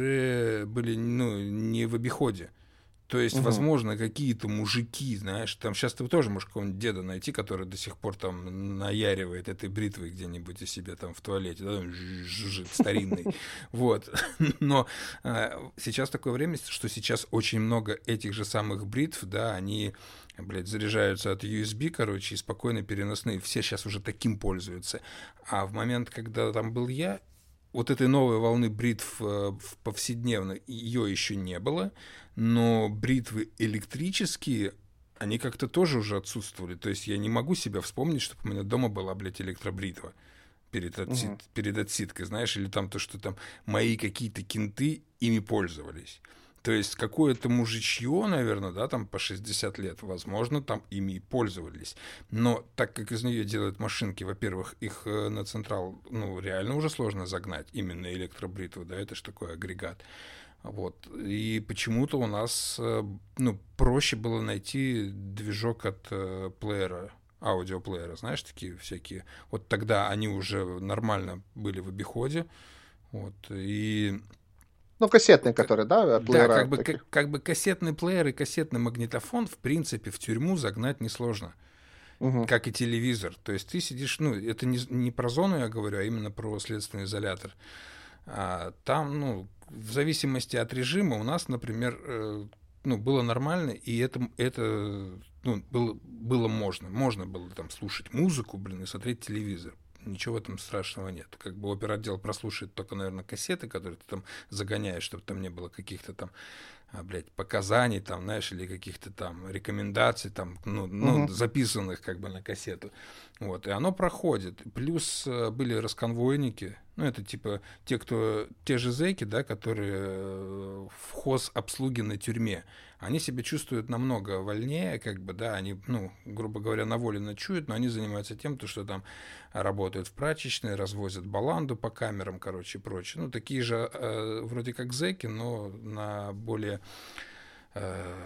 уже были, ну, не в обиходе. То есть, угу. возможно, какие-то мужики, знаешь, там сейчас ты тоже можешь какого-нибудь деда найти, который до сих пор там наяривает этой бритвой где-нибудь у себя там в туалете, да, жужжит, старинный. Вот. Но а, сейчас такое время, что сейчас очень много этих же самых бритв, да, они, блядь, заряжаются от ю эс би, короче, и спокойно переносные. Все сейчас уже таким пользуются. А в момент, когда там был я, вот этой новой волны бритв э, повседневно ее еще не было, но бритвы электрические, они как-то тоже уже отсутствовали. То есть я не могу себя вспомнить, чтобы у меня дома была, блядь, электробритва перед, отсид, uh-huh. перед отсидкой, знаешь, или там то, что там мои какие-то кенты ими пользовались. То есть какое-то мужичье, наверное, да, там по шестьдесят лет, возможно, там ими и пользовались. Но так как из нее делают машинки, во-первых, их на централ, ну, реально уже сложно загнать, именно электробритву, да, это ж такой агрегат. Вот. И почему-то у нас, ну, проще было найти движок от э, плеера, аудиоплеера, знаешь, такие всякие. Вот тогда они уже нормально были в обиходе. Вот. И... Ну, кассетные, которые, да, плеера? Да, как бы, как, как бы кассетный плеер и кассетный магнитофон, в принципе, в тюрьму загнать несложно. Мгм. как и телевизор. То есть ты сидишь, ну, это не, не про зону я говорю, а именно про следственный изолятор. А, там, ну, в зависимости от режима у нас, например, э, ну, было нормально, и это, это ну, было, было можно. Можно было там слушать музыку, блин, и смотреть телевизор. Ничего в этом страшного нет. Как бы оперотдел прослушает только, наверное, кассеты, которые ты там загоняешь, чтобы там не было каких-то там, а, блядь, показаний, там, знаешь, или каких-то там рекомендаций, там, ну, ну, Мгм. записанных как бы на кассету. Вот, и оно проходит. Плюс э, были расконвойники, ну, это типа те, кто, те же зэки, да, которые э, в хозобслуге тюрьме. Они себя чувствуют намного вольнее, как бы, да, они, ну, грубо говоря, на воле ночуют, но они занимаются тем, то, что там работают в прачечной, развозят баланду по камерам, короче, и прочее. Ну, такие же э, вроде как зэки, но на более, э,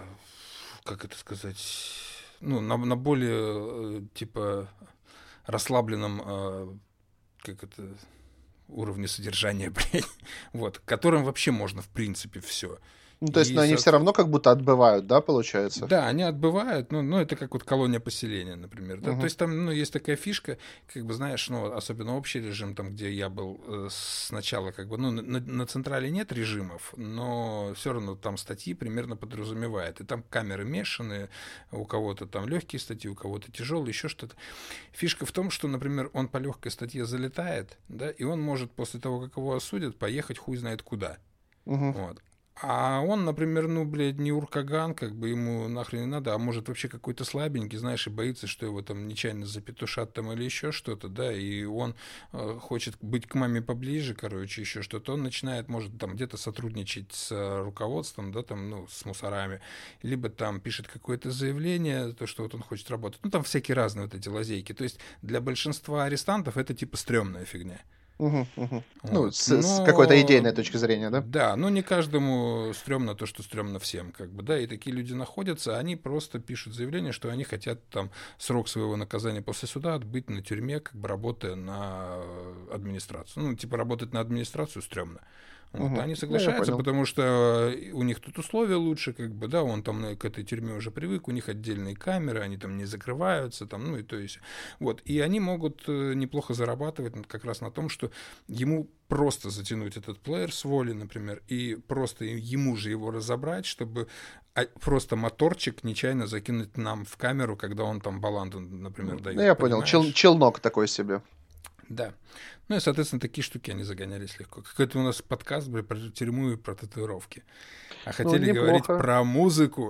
как это сказать, ну, на, на более, э, типа, расслабленном, э, как это, уровне содержания, блядь, вот, которым вообще можно, в принципе, все. Ну, то есть, И, но они все соответственно, равно как будто отбывают, да, получается? да, они отбывают, ну, ну, это как вот колония поселения, например, да, то Мгм. есть там, ну, есть такая фишка, как бы, знаешь, ну, особенно общий режим, там, где я был э, сначала, как бы, ну, на, на централе нет режимов, но все равно там статьи примерно подразумевает, и там камеры мешанные, у кого-то там легкие статьи, у кого-то тяжелые, еще что-то. Фишка в том, что, например, он по легкой статье залетает, да, и он может после того, как его осудят, поехать хуй знает куда. Мгм. Вот. А он, например, ну, блядь, не уркаган, как бы ему нахрен не надо, а может вообще какой-то слабенький, знаешь, и боится, что его там нечаянно запетушат там или еще что-то, да, и он э, хочет быть к маме поближе, короче, еще что-то, он начинает, может, там где-то сотрудничать с э, руководством, да, там, ну, с мусорами, либо там пишет какое-то заявление, то, что вот он хочет работать, ну, там всякие разные вот эти лазейки, то есть для большинства арестантов это типа стрёмная фигня. Мгм. Мгм. Ну, Вот. с, с какой-то Но идейной точки зрения, да? да, но не каждому стрёмно то, что стрёмно всем, как бы, да, и такие люди находятся, они просто пишут заявление, что они хотят там срок своего наказания после суда отбыть на тюрьме, как бы работая на администрацию. Ну, типа работать на администрацию стрёмно. Вот. Мгм. Они Ну, я соглашаются, понял. потому что у них тут условия лучше, как бы, да, он там к этой тюрьме уже привык, у них отдельные камеры, они там не закрываются, там, ну и то есть. Вот. И они могут э, неплохо зарабатывать как раз на том, что ему просто затянуть этот плеер с воли, например, и просто ему же его разобрать, чтобы просто моторчик нечаянно закинуть нам в камеру, когда он там баланду, например, Ну, дает, я понял. Чел, понимаешь? челнок такой себе. Да. Ну и, соответственно, такие штуки они загонялись легко. Какой-то у нас подкаст был про тюрьму и про татуировки. А Ну, хотели говорить неплохо. про музыку.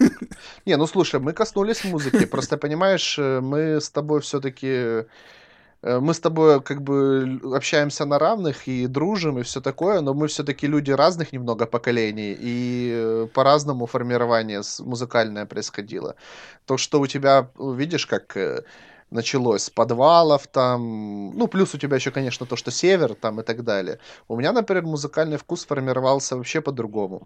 Не, ну слушай, мы коснулись музыки. Просто понимаешь, э, мы с тобой все-таки мы с тобой как бы л- общаемся на равных и дружим и все такое, но мы все-таки люди разных немного поколений и э, по-разному формирование с- музыкальное происходило. То, что у тебя, э, видишь, как э, началось с подвалов там, ну плюс у тебя еще, конечно, то, что север там и так далее. У меня, например, музыкальный вкус формировался вообще по-другому.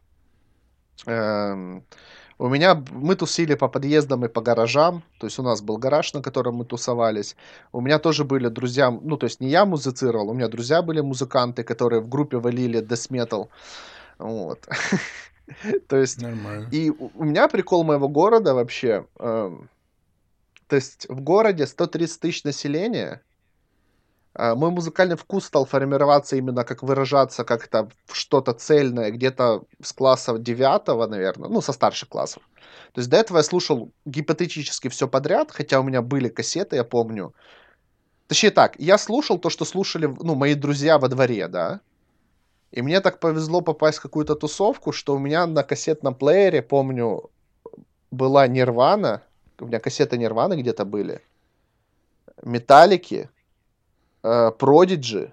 Эм, У меня б- мы тусили по подъездам и по гаражам, то есть у нас был гараж, на котором мы тусовались. У меня тоже были друзья, ну то есть не я музицировал, у меня друзья были музыканты, которые в группе валили death metal. Вот. То есть Нормально. и у у меня прикол моего города вообще, эм, то есть в городе сто тридцать тысяч населения. А, мой музыкальный вкус стал формироваться именно как выражаться как-то в что-то цельное где-то с класса девятого, наверное, ну, со старших классов. То есть до этого я слушал гипотетически все подряд, хотя у меня были кассеты, я помню. Точнее так, я слушал то, что слушали, ну, мои друзья во дворе, да. И мне так повезло попасть в какую-то тусовку, что у меня на кассетном плеере, помню, была Нирвана, у меня кассеты Нирваны где-то были, Металлики, Продиджи,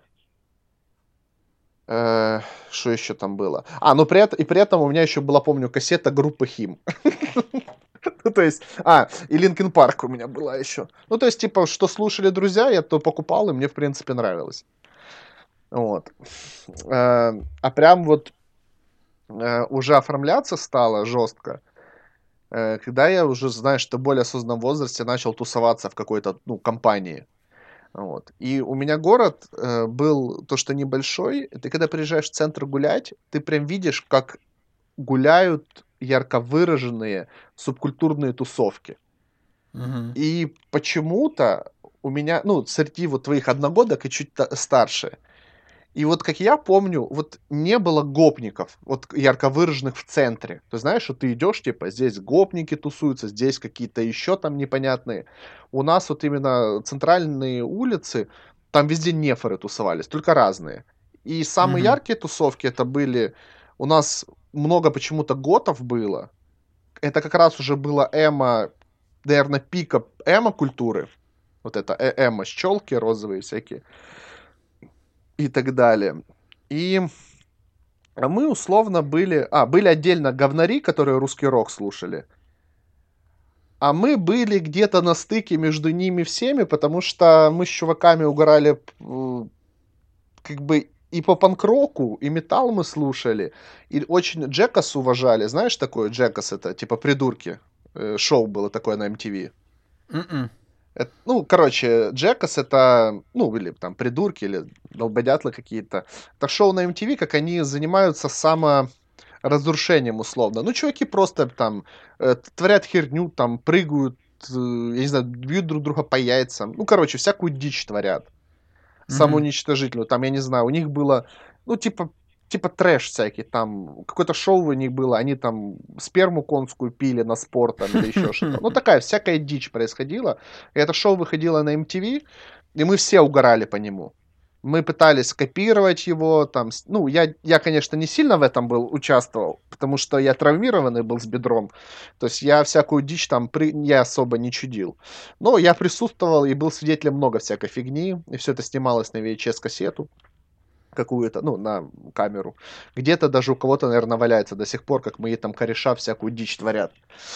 Э, что еще там было? А, ну при этом, и при этом у меня еще была, помню, кассета группы Хим. Ну, то есть, а, и Линкин Парк у меня была еще. Ну, то есть, типа, что слушали друзья, я то покупал, и мне, в принципе, нравилось. Вот. Э, А прям вот э, уже оформляться стало жестко, э, когда я уже, знаешь, в более осознанном возрасте начал тусоваться в какой-то, ну, компании. Вот. И у меня город э, был то, что небольшой. Ты когда приезжаешь в центр гулять, ты прям видишь, как гуляют ярко выраженные субкультурные тусовки. Мгм. И почему-то у меня, ну, среди вот твоих одногодок и чуть та- старше, и вот как я помню, вот не было гопников, вот ярко выраженных в центре. Ты знаешь, что ты идешь, типа, здесь гопники тусуются, здесь какие-то еще там непонятные. У нас вот именно центральные улицы, там везде нефоры тусовались, только разные. И самые Мгм. яркие тусовки это были, у нас много почему-то готов было. Это как раз уже было эмо, наверное, пика эмо-культуры. Вот это э- эмо, щелки розовые всякие и так далее. И а мы условно были... А, были отдельно говнари, которые русский рок слушали. А мы были где-то на стыке между ними всеми, потому что мы с чуваками угорали п- как бы и по панк-року, и металл мы слушали. И очень Джекас уважали. Знаешь такое? Джекас это типа придурки. Э, Шоу было такое на эм ти ви. Мгм. Это, ну, короче, Джекас это, ну, или там придурки, или долбодятлы какие-то. Это шоу на эм ти ви, как они занимаются саморазрушением, условно. Ну, чуваки просто там э, творят херню, там прыгают, э, я не знаю, бьют друг друга по яйцам. Ну, короче, всякую дичь творят. Мгм. Самоуничтожительную. Там, я не знаю, у них было, ну, типа, типа трэш всякий, там какое-то шоу у них было, они там сперму конскую пили на спор там или еще что-то. Ну, такая всякая дичь происходила. И это шоу выходило на эм ти ви, и мы все угорали по нему. Мы пытались копировать его, там, с- ну, я, я, конечно, не сильно в этом был, участвовал, потому что я травмированный был с бедром, то есть я всякую дичь там, при... я особо не чудил. Но я присутствовал и был свидетелем много всякой фигни, и все это снималось на ви эйч эс-кассету какую-то, ну, на камеру. Где-то даже у кого-то, наверное, валяется до сих пор, как мои там кореша всякую дичь творят.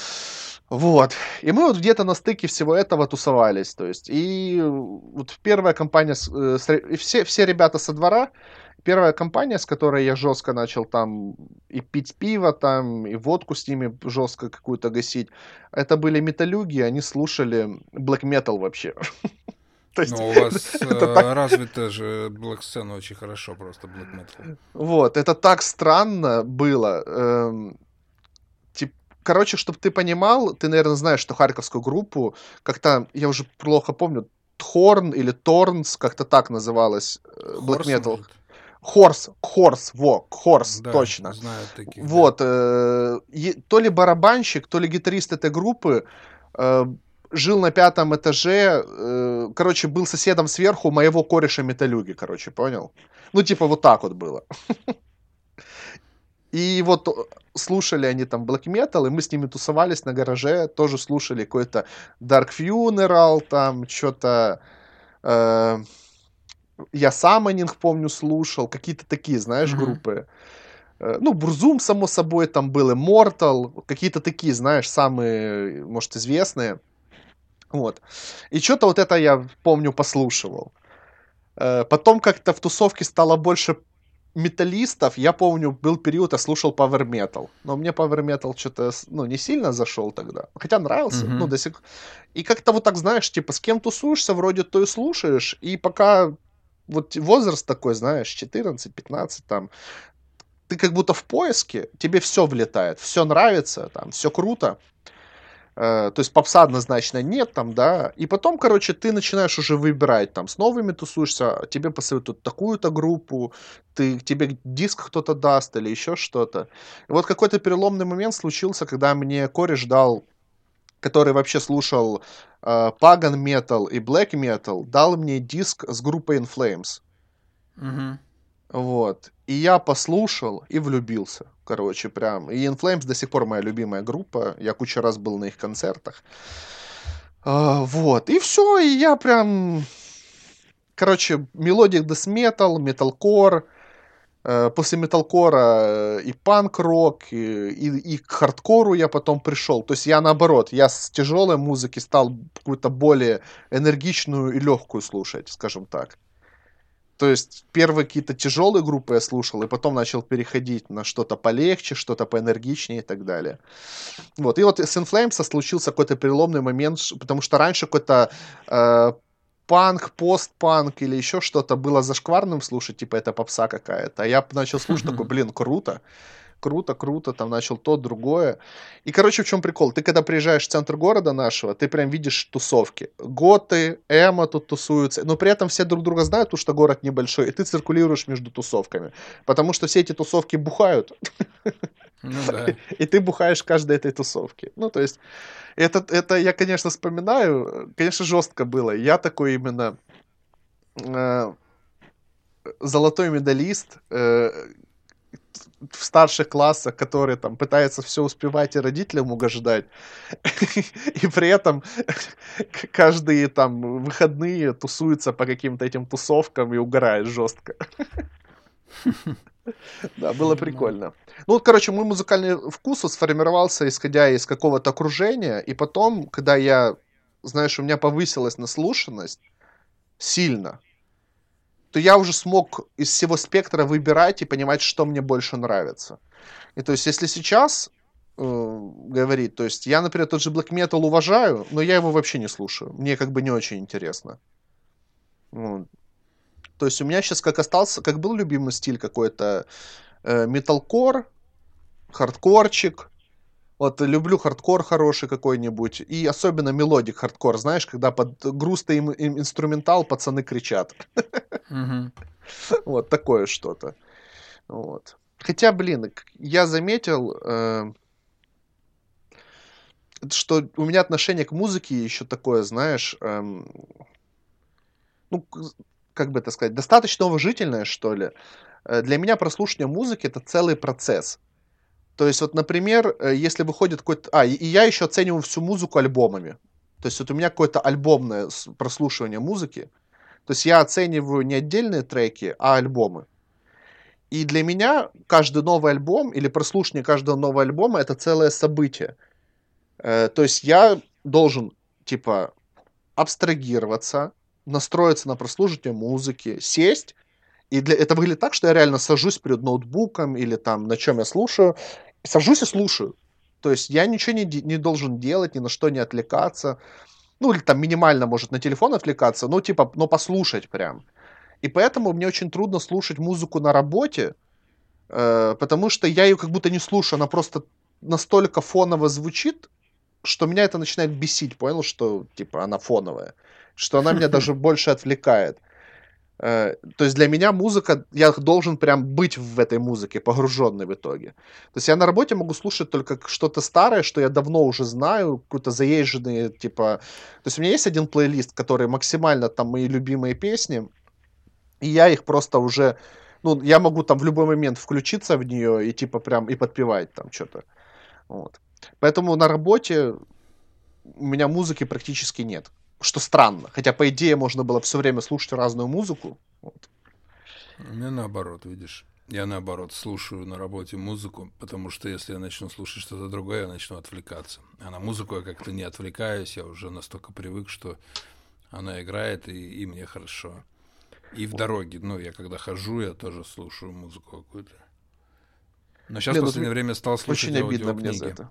Вот. И мы вот где-то на стыке всего этого тусовались. То есть, и вот первая компания, с, э, с ре- и все, все ребята со двора, первая компания, с которой я жестко начал там и пить пиво, там, и водку с ними жестко какую-то гасить, это были металюги, они слушали black metal вообще. То есть, Ну, у вас это так э, развита же блэк-сцена очень хорошо, просто black metal. вот, это так странно было. Эм, тип- короче, чтобы ты понимал, ты, наверное, знаешь, что харьковскую группу, как-то, я уже плохо помню, Тхорн или Торнс, как-то так называлась, э, Black Хорс, Metal. может? Хорс, Хорс, во, Хорс, Да, точно. знаю таких, да. Вот, э, е- то ли барабанщик, то ли гитарист этой группы э, жил на пятом этаже, э, короче, был соседом сверху моего кореша Металюги, короче, понял? Ну, типа, вот так вот было. И вот э, слушали они там Black Metal, и мы с ними тусовались на гараже, тоже слушали какой-то Dark Funeral, там что-то... Э, я Summoning, помню, слушал, какие-то такие, знаешь, Мгм. группы. Э, ну, Бурзум, само собой, там был, Immortal, какие-то такие, знаешь, самые, может, известные. Вот. И что-то вот это я, помню, послушивал. Э, Потом как-то в тусовке стало больше металлистов. Я помню, был период, я слушал Power Metal. Но мне Power Metal что-то, ну, не сильно зашел тогда. Хотя нравился, ну, Мгм. до сих... И как-то вот так, знаешь, типа, с кем тусуешься, вроде то и слушаешь. И пока вот возраст такой, знаешь, четырнадцать пятнадцать там, ты как будто в поиске, тебе все влетает, все нравится, там, все круто. Э, то есть попса однозначно нет там, да, и потом, короче, ты начинаешь уже выбирать, там, с новыми тусуешься, тебе посоветуют такую-то группу, ты, тебе диск кто-то даст или еще что-то. И вот какой-то переломный момент случился, когда мне кореш дал, который вообще слушал э, Pagan Metal и Black Metal, дал мне диск с группой In Flames. Мгм. Вот. И я послушал и влюбился. Короче, прям. И In Flames до сих пор моя любимая группа. Я кучу раз был на их концертах. А, вот. И все. И я прям... Короче, мелодик death metal, металкор. Э, После металкора э, и панк-рок, и, и, и к хардкору я потом пришел. То есть я наоборот, я с тяжелой музыки стал какую-то более энергичную и легкую слушать, скажем так. То есть первые какие-то тяжелые группы я слушал, и потом начал переходить на что-то полегче, что-то поэнергичнее и так далее. Вот. И вот с In Flames случился какой-то переломный момент, ш- потому что раньше какой-то э, панк, постпанк или еще что-то было зашкварным слушать, типа это попса какая-то. А я начал слушать такой, блин, круто. круто, круто, там начал то, другое. И, короче, в чем прикол? Ты когда приезжаешь в центр города нашего, ты прям видишь тусовки. Готы, эмо тут тусуются, но при этом все друг друга знают, потому что город небольшой, и ты циркулируешь между тусовками. Потому что все эти тусовки бухают, Ну да. и ты бухаешь в каждой этой тусовке. Ну, то есть, это, это я, конечно, вспоминаю, конечно, жестко было. Я такой именно э, золотой медалист, э, в старших классах, который там пытается все успевать и родителям угождать, и при этом каждые там выходные тусуется по каким-то этим тусовкам и угорает жестко. Да, было прикольно. Ну вот, короче, мой музыкальный вкус сформировался, исходя из какого-то окружения, и потом, когда я, знаешь, у меня повысилась наслушанность сильно, то я уже смог из всего спектра выбирать и понимать, что мне больше нравится. И то есть, если сейчас э, говорить, то есть, я, например, тот же Black Metal уважаю, но я его вообще не слушаю. Мне как бы не очень интересно. Вот. То есть, у меня сейчас как остался, как был любимый стиль какой-то э, металкор, хардкорчик. Вот люблю хардкор хороший какой-нибудь. И особенно мелодик хардкор, знаешь, когда под грустный им, им инструментал пацаны кричат. Мгм. Вот такое что-то. Вот. Хотя, блин, к- я заметил, э, что у меня отношение к музыке еще такое, знаешь, эм, ну, к- как бы это сказать, достаточно уважительное, что ли. Э, Для меня прослушивание музыки это целый процесс. То есть, вот, например, э, если выходит какой-то... А, и и я еще оцениваю всю музыку альбомами. То есть, вот у меня какое-то альбомное с- прослушивание музыки. То есть, я оцениваю не отдельные треки, а альбомы. И для меня каждый новый альбом или прослушивание каждого нового альбома это целое событие. Э, то есть я должен, типа, абстрагироваться, настроиться на прослушивание музыки, сесть. И для... это выглядит так, что я реально сажусь перед ноутбуком или там на чем я слушаю, сажусь и слушаю. То есть я ничего не, де- не должен делать, ни на что не отвлекаться. Ну, или там минимально, может, на телефон отвлекаться, ну, типа, но послушать прям. И поэтому мне очень трудно слушать музыку на работе, э, потому что я ее как будто не слушаю, она просто настолько фоново звучит, что меня это начинает бесить, понял, что, типа, она фоновая, что она меня даже больше отвлекает. Э, То есть для меня музыка, я должен прям быть в этой музыке, погруженный в итоге. То есть я на работе могу слушать только к- что-то старое, что я давно уже знаю, какие-то заезженные, типа... То есть у меня есть один плейлист, который максимально там мои любимые песни, и я их просто уже... Ну, я могу там в любой момент включиться в нее и типа прям и подпевать там что-то. Вот. Поэтому на работе у меня музыки практически нет. Что странно. Хотя, по идее, можно было все время слушать разную музыку. Вот. У меня наоборот, видишь. Я наоборот слушаю на работе музыку, потому что если я начну слушать что-то другое, я начну отвлекаться. А на музыку я как-то не отвлекаюсь, я уже настолько привык, что она играет, и, и мне хорошо. И в дороге, ну, я когда хожу, я тоже слушаю музыку какую-то. Но сейчас в Блин, вот мне последнее время стал слушать очень обидно мне за аудиокниги. это.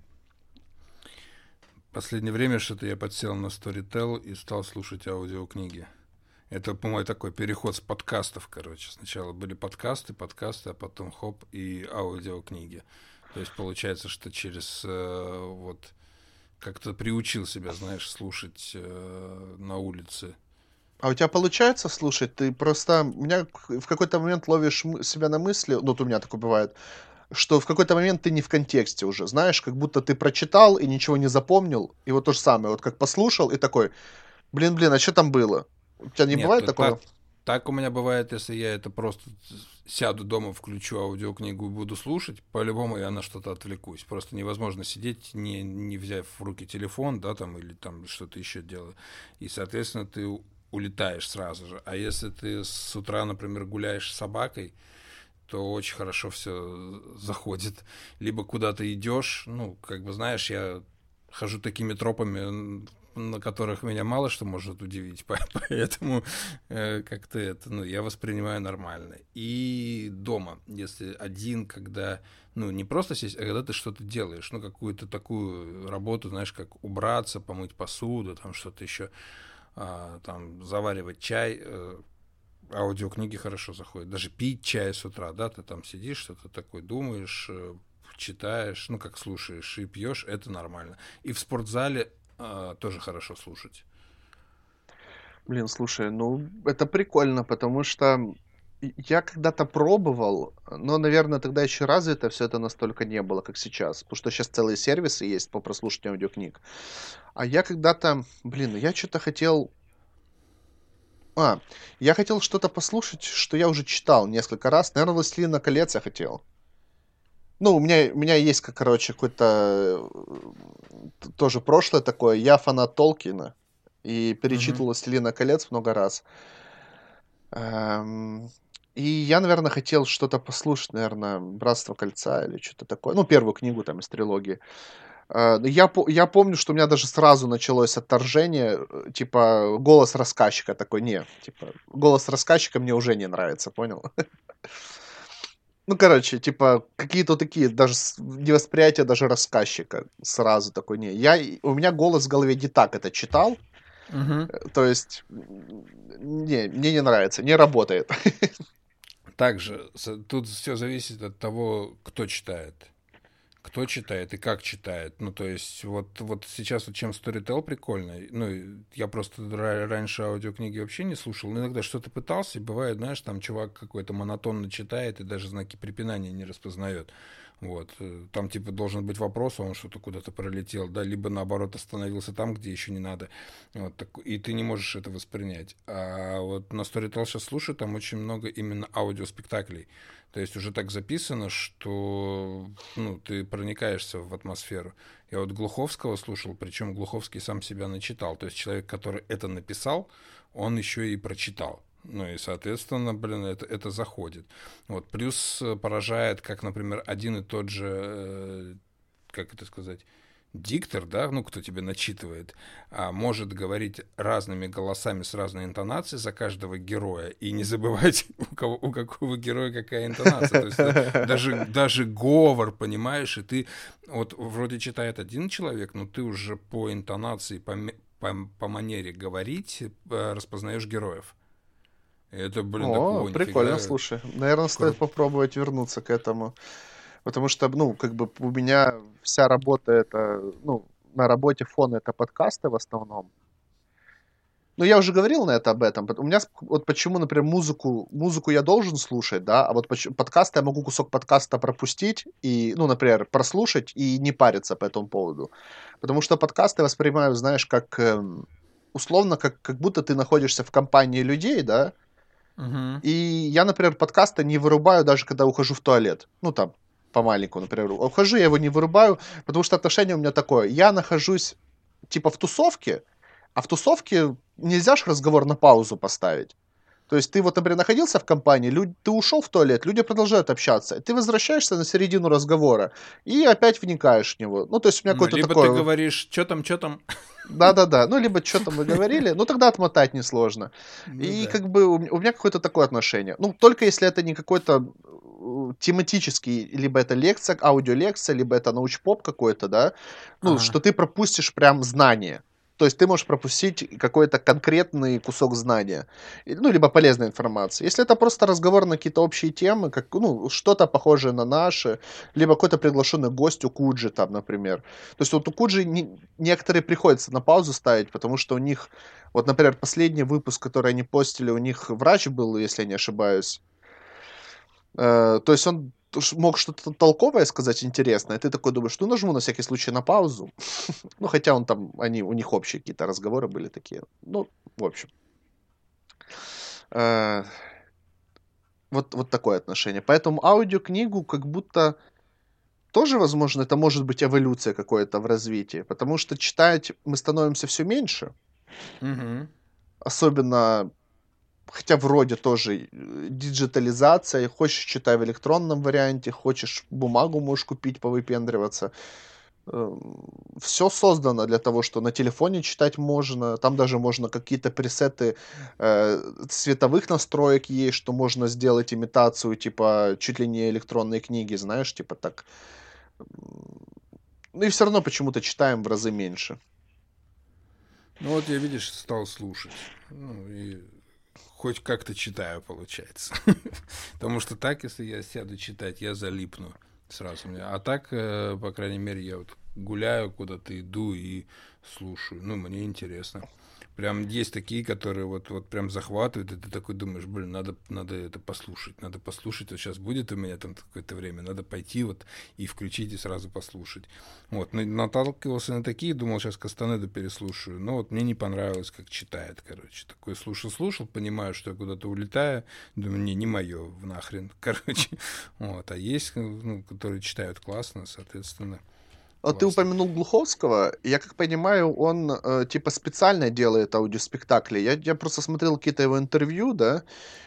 В последнее время что-то я подсел на Storytel и стал слушать аудиокниги. Это мой такой переход с подкастов, короче. Сначала были подкасты, подкасты, а потом хоп и аудиокниги. То есть получается, что через э, вот как-то приучил себя, знаешь, слушать э, на улице. А у тебя получается слушать? Ты просто... У меня к- в какой-то момент ловишь мы- себя на мысли, ну, вот у меня такое бывает, что в какой-то момент ты не в контексте уже, знаешь, как будто ты прочитал и ничего не запомнил, и вот то же самое, вот как послушал и такой, блин, блин, а что там было? У тебя не Нет, бывает то- такого? так, так у меня бывает, если я это просто сяду дома, включу аудиокнигу и буду слушать, по-любому я на что-то отвлекусь. Просто невозможно сидеть, не, не взяв в руки телефон, да, там, или там что-то еще делать. И, соответственно, ты у- улетаешь сразу же. А если ты с утра, например, гуляешь с собакой, то очень хорошо все заходит. Либо куда-то идешь, ну, как бы, знаешь, я хожу такими тропами, на которых меня мало что может удивить, поэтому э, как-то это, ну, я воспринимаю нормально. И дома, если один, когда, ну, не просто сесть, а когда ты что-то делаешь, ну, какую-то такую работу, знаешь, как убраться, помыть посуду, там что-то еще, а, там, заваривать чай, э, аудиокниги хорошо заходят. Даже пить чай с утра, да, ты там сидишь, что-то такое думаешь, э, читаешь, ну, как слушаешь и пьешь, это нормально. И в спортзале э, тоже хорошо слушать. Блин, слушай, ну это прикольно, потому что и- я когда-то пробовал, но, наверное, тогда еще развито все это настолько не было, как сейчас. Потому что сейчас целые сервисы есть по прослушиванию аудиокниг. А я когда-то, блин, я что-то хотел... А, я хотел что-то послушать, что я уже читал несколько раз. Наверное, «Властелина колец» я хотел. Ну, у меня, у меня есть, как, короче, какое-то э, т- тоже прошлое такое. Я фанат Толкина и Мгм. перечитывал «Властелина колец» много раз. Эм, И я, наверное, хотел что-то послушать, наверное, «Братство кольца» или что-то такое. Ну, первую книгу там из трилогии. Э, но Я, по- я помню, что у меня даже сразу началось отторжение, э, типа голос рассказчика такой, не, типа голос рассказчика мне уже не нравится, понял? Ну, короче, типа какие-то такие даже с- невосприятие даже рассказчика сразу такой, не. Я, и- у меня голос в голове не так это читал, Мгм. э, то есть, м, не, мне не нравится, не работает. Также с- тут все зависит от того, кто читает. Кто читает и как читает. Ну, то есть, вот, вот сейчас вот чем Storytel прикольный. Ну, и я просто ра- раньше аудиокниги вообще не слушал, но иногда что-то пытался, и бывает, знаешь, там чувак какой-то монотонно читает и даже знаки препинания не распознает. Вот. э, Там, типа, должен быть вопрос, а он что-то куда-то пролетел, да, либо наоборот остановился там, где еще не надо. Вот, так, и ты не можешь это воспринять. А вот на Storytel сейчас слушаю, там очень много именно аудиоспектаклей. То есть уже так записано, что ну, ты проникаешься в атмосферу. Я вот Глуховского слушал, причем Глуховский сам себя начитал. То есть человек, который это написал, он еще и прочитал. Ну и, соответственно, блин, это, это заходит. Вот. Плюс э, поражает, как, например, один и тот же, э, как это сказать, диктор, да, ну, кто тебе начитывает, а, может говорить разными голосами с разной интонацией за каждого героя и не забывать, у, кого, у какого героя какая интонация. То есть это даже, даже говор, понимаешь, и ты вот вроде читает один человек, но ты уже по интонации, по, по, по манере говорить э, распознаешь героев. И это, блин, так, О, о, прикольно, нифига, слушай. Наверное, стоит кру- попробовать вернуться к этому. Потому что, ну, как бы у меня вся работа это, ну, на работе фон это подкасты в основном. Ну, я уже говорил на это об этом. Пот- У меня с- вот почему, например, музыку, музыку я должен слушать, да, а вот поч- подкасты я могу кусок подкаста пропустить и, ну, например, прослушать и не париться по этому поводу. Потому что подкасты я воспринимаю, знаешь, как эм, условно, как, как будто ты находишься в компании людей, да, Мгм. и я, например, подкасты не вырубаю даже когда ухожу в туалет. Ну, там, по маленькому, например. Ухожу, я его не вырубаю, потому что отношение у меня такое. Я нахожусь, типа, в тусовке, а в тусовке нельзя же разговор на паузу поставить. То есть ты вот, например, находился в компании, люд- ты ушел в туалет, люди продолжают общаться, ты возвращаешься на середину разговора и опять вникаешь в него. Ну, то есть у меня Ну, какое-то либо ты такое... говоришь, что там, что там. Да-да-да, ну, либо что-то мы говорили, ну, тогда отмотать несложно. Ну И да. как бы у, м- у меня какое-то такое отношение. Ну, только если это не какой-то э, тематический, либо это лекция, аудиолекция, либо это научпоп какой-то, да, ну, Ага. что ты пропустишь прям знание. То есть ты можешь пропустить какой-то конкретный кусок знания, и- ну, либо полезной информации. Если это просто разговор на какие-то общие темы, как, ну, что-то похожее на наши, либо какой-то приглашенный гость у Куджи там, например. То есть вот у Куджи не- некоторые приходится на паузу ставить, потому что у них, вот, например, последний выпуск, который они постили, у них врач был, если я не ошибаюсь. Э, то есть он уж мог что-то толковое сказать интересное, и ты такой думаешь, ну, нажму на всякий случай на паузу. Ну, хотя он там, они, у них общие какие-то разговоры были такие. Ну, в общем. Э, вот, вот такое отношение. Поэтому аудиокнигу как будто тоже, возможно, это может быть эволюция какое-то в развитии, потому что читать мы становимся все меньше, Мгм. особенно, хотя вроде тоже э, диджитализация, хочешь читай в электронном варианте, хочешь бумагу можешь купить, повыпендриваться. Все создано для того, что на телефоне читать можно, там даже можно какие-то пресеты э, цветовых настроек есть, что можно сделать имитацию, типа, чуть ли не электронной книги, знаешь, типа так. Ну и все равно почему-то читаем в разы меньше. Ну вот я, видишь, стал слушать. Ну и хоть как-то читаю, получается. Потому что так, если я сяду читать, я залипну. Сразу мне. А так, э, по крайней мере, я вот гуляю, куда-то иду и слушаю. Ну, мне интересно. Прям есть такие, которые вот, вот прям захватывают, и ты такой думаешь, блин, надо, надо это послушать, надо послушать, вот сейчас будет у меня там какое-то время, надо пойти вот и включить, и сразу послушать. Вот, ну, наталкивался на такие, думал, сейчас Кастанеду переслушаю, но вот мне не понравилось, как читает, короче. Такой слушал-слушал, понимаю, что я куда-то улетаю, думаю, не, не мое, нахрен, короче. Вот, а есть, ну, которые читают классно, соответственно, Вот ты классно. упомянул Глуховского. Я как понимаю, он э, типа специально делает аудиоспектакли. Я, я просто смотрел какие-то его интервью, да,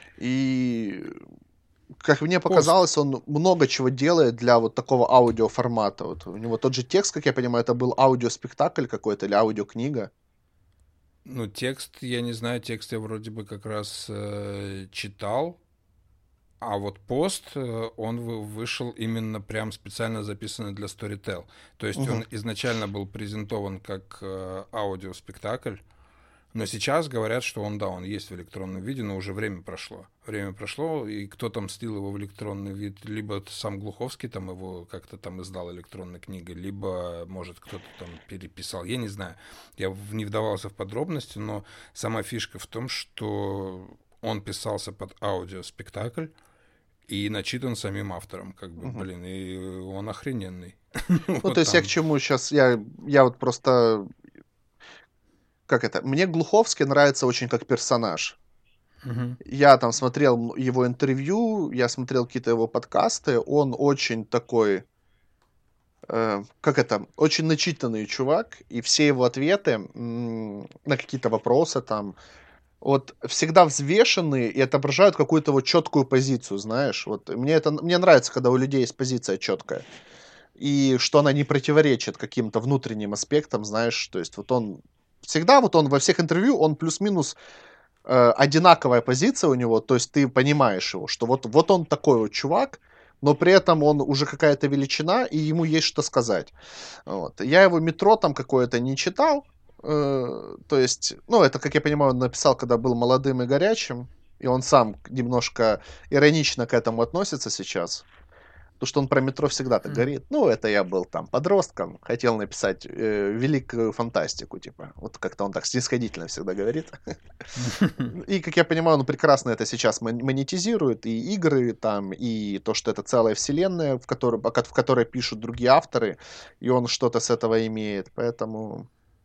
и как мне Пост. показалось, он много чего делает для вот такого аудиоформата. Вот у него тот же текст, как я понимаю, это был аудиоспектакль какой-то или аудиокнига. Ну, текст, я не знаю, текст я вроде бы как раз э, читал, а вот пост, э, он вы- вышел именно прям специально записанный для Storytel. То есть Мгм. он изначально был презентован как э, аудиоспектакль, но сейчас говорят, что он, да, он есть в электронном виде, но уже время прошло. Время прошло, и кто там слил его в электронный вид, либо сам Глуховский там его как-то там издал электронной книгой, либо, может, кто-то там переписал, я не знаю. Я в- не вдавался в подробности, но сама фишка в том, что он писался под аудиоспектакль и начитан самим автором, как бы, Мгм. блин, и он охрененный. Ну, то Вот есть я к там. чему сейчас, я, я вот просто, как это, мне Глуховский нравится очень как персонаж. Мгм. Я там смотрел м- его интервью, я смотрел какие-то его подкасты, он очень такой, э, как это, очень начитанный чувак, и все его ответы м, на какие-то вопросы там, вот всегда взвешенные и отображают какую-то вот четкую позицию, знаешь. Вот мне это мне нравится, когда у людей есть позиция четкая. И что она не противоречит каким-то внутренним аспектам, знаешь. То есть вот он всегда, вот он во всех интервью, он плюс-минус э, одинаковая позиция у него, то есть ты понимаешь его, что вот, вот он такой вот чувак, но при этом он уже какая-то величина, и ему есть что сказать. Вот. Я его метро там какое-то не читал, э, то есть, ну, это, как я понимаю, он написал, когда был молодым и горячим, и он сам немножко иронично к этому относится сейчас. То, что он про метро всегда так Мгм. говорит. Ну, это я был там подростком, хотел написать э, великую фантастику, типа. Вот как-то он так снисходительно всегда говорит. И, как я понимаю, он прекрасно это сейчас мон- монетизирует, и игры там, и то, что это целая вселенная, в которой, в которой пишут другие авторы, и он что-то с этого имеет. Поэтому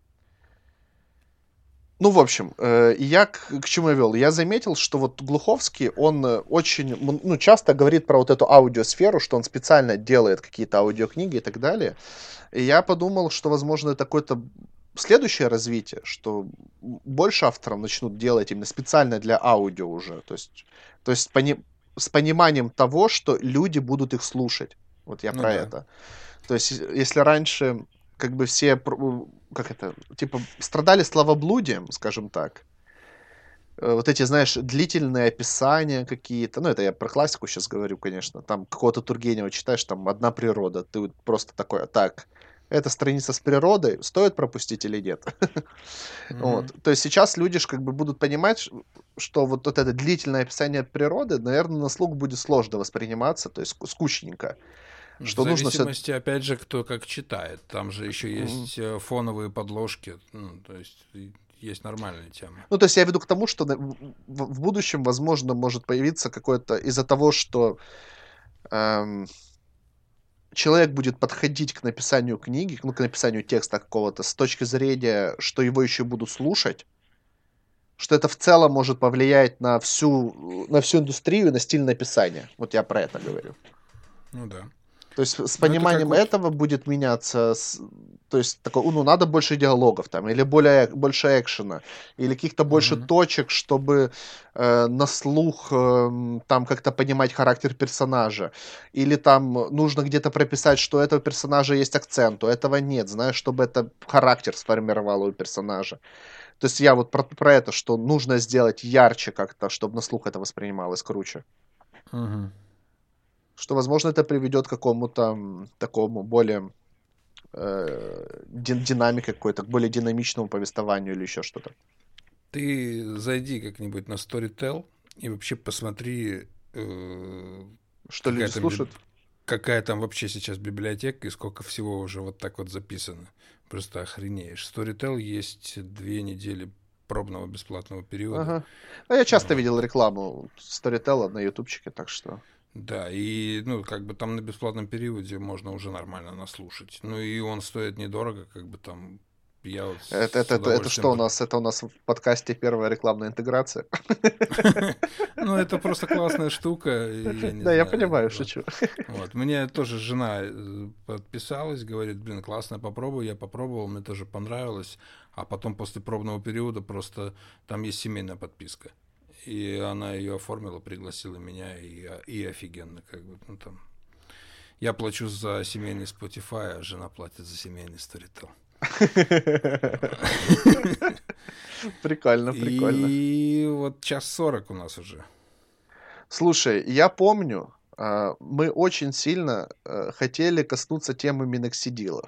ну, в общем, э, я к, к чему я вел? Я заметил, что вот Глуховский, он э, очень, м, ну, часто говорит про вот эту аудиосферу, что он специально делает какие-то аудиокниги и так далее. И я подумал, что, возможно, это какое-то следующее развитие, что м, больше авторов начнут делать именно специально для аудио уже. То есть, то есть пони- с пониманием того, что люди будут их слушать. Вот я Ну про да. это. То есть, если раньше как бы все, пр- как это, типа, страдали словоблудием, скажем так, э, вот эти, знаешь, длительные описания какие-то, ну, это я про классику сейчас говорю, конечно, там какого-то Тургенева читаешь, там «Одна природа», ты вот просто такой, так, эта страница с природой, стоит пропустить или нет? Вот. Мгм. То есть сейчас люди ж как бы будут понимать, ш- что вот, вот это длительное описание природы, наверное, на слух будет сложно восприниматься, то есть ску- скучненько, В что нужно все. зависимости, опять же, кто как читает. Там же еще есть э, фоновые подложки. Ну, то есть и есть нормальная тема. Ну, то есть я веду к тому, что на- в, в- в будущем, возможно, может появиться какое-то из-за того, что эм, человек будет подходить к написанию книги, ну, к написанию текста какого-то с точки зрения, что его еще будут слушать, что это в целом может повлиять на всю, на всю индустрию, на стиль написания. Вот я про это говорю. Ну да. То есть с Ну это как пониманием вот... этого будет меняться, с- то есть такой, ну, надо больше диалогов там, или более, больше экшена, или каких-то больше Мгм. точек, чтобы э, на слух эм, там как-то понимать характер персонажа, или там нужно где-то прописать, что у этого персонажа есть акцент, у этого нет, знаешь, чтобы это характер сформировало у персонажа. То есть я вот про, про это, что нужно сделать ярче как-то, чтобы на слух это воспринималось круче. Мгм. Что, возможно, это приведет к какому-то м, такому более э, дин- динамикой какой-то, к более динамичному повествованию или еще что-то. Ты зайди как-нибудь на Storytel и вообще посмотри, э, Что люди какая там... биб- слушают? какая там вообще сейчас библиотека и сколько всего уже вот так вот записано. Просто охренеешь. Storytel есть две недели пробного бесплатного периода. Ага. Ну, я часто Вот. видел рекламу Storytel на ютубчике, так что... Да, и, ну, как бы там на бесплатном периоде можно уже нормально наслушать. Ну, и он стоит недорого, как бы там... Я вот Это, с это, это, это что у удовольствием... нас? Это у нас в подкасте первая рекламная интеграция? Ну, это просто классная штука, и я не Да, я знаю. понимаю, вот. шучу. Вот. Мне тоже жена э, подписалась, говорит, блин, классно, попробуй. Я попробовал, мне тоже понравилось. А потом после пробного периода просто там есть семейная подписка. И она ее оформила, пригласила меня, и, и офигенно, как бы, ну там. Я плачу за семейный Spotify, а жена платит за семейный Storytel. Прикольно, прикольно. И вот час сорок у нас уже. Слушай, я помню, а, мы очень сильно а, хотели коснуться темы миноксидила.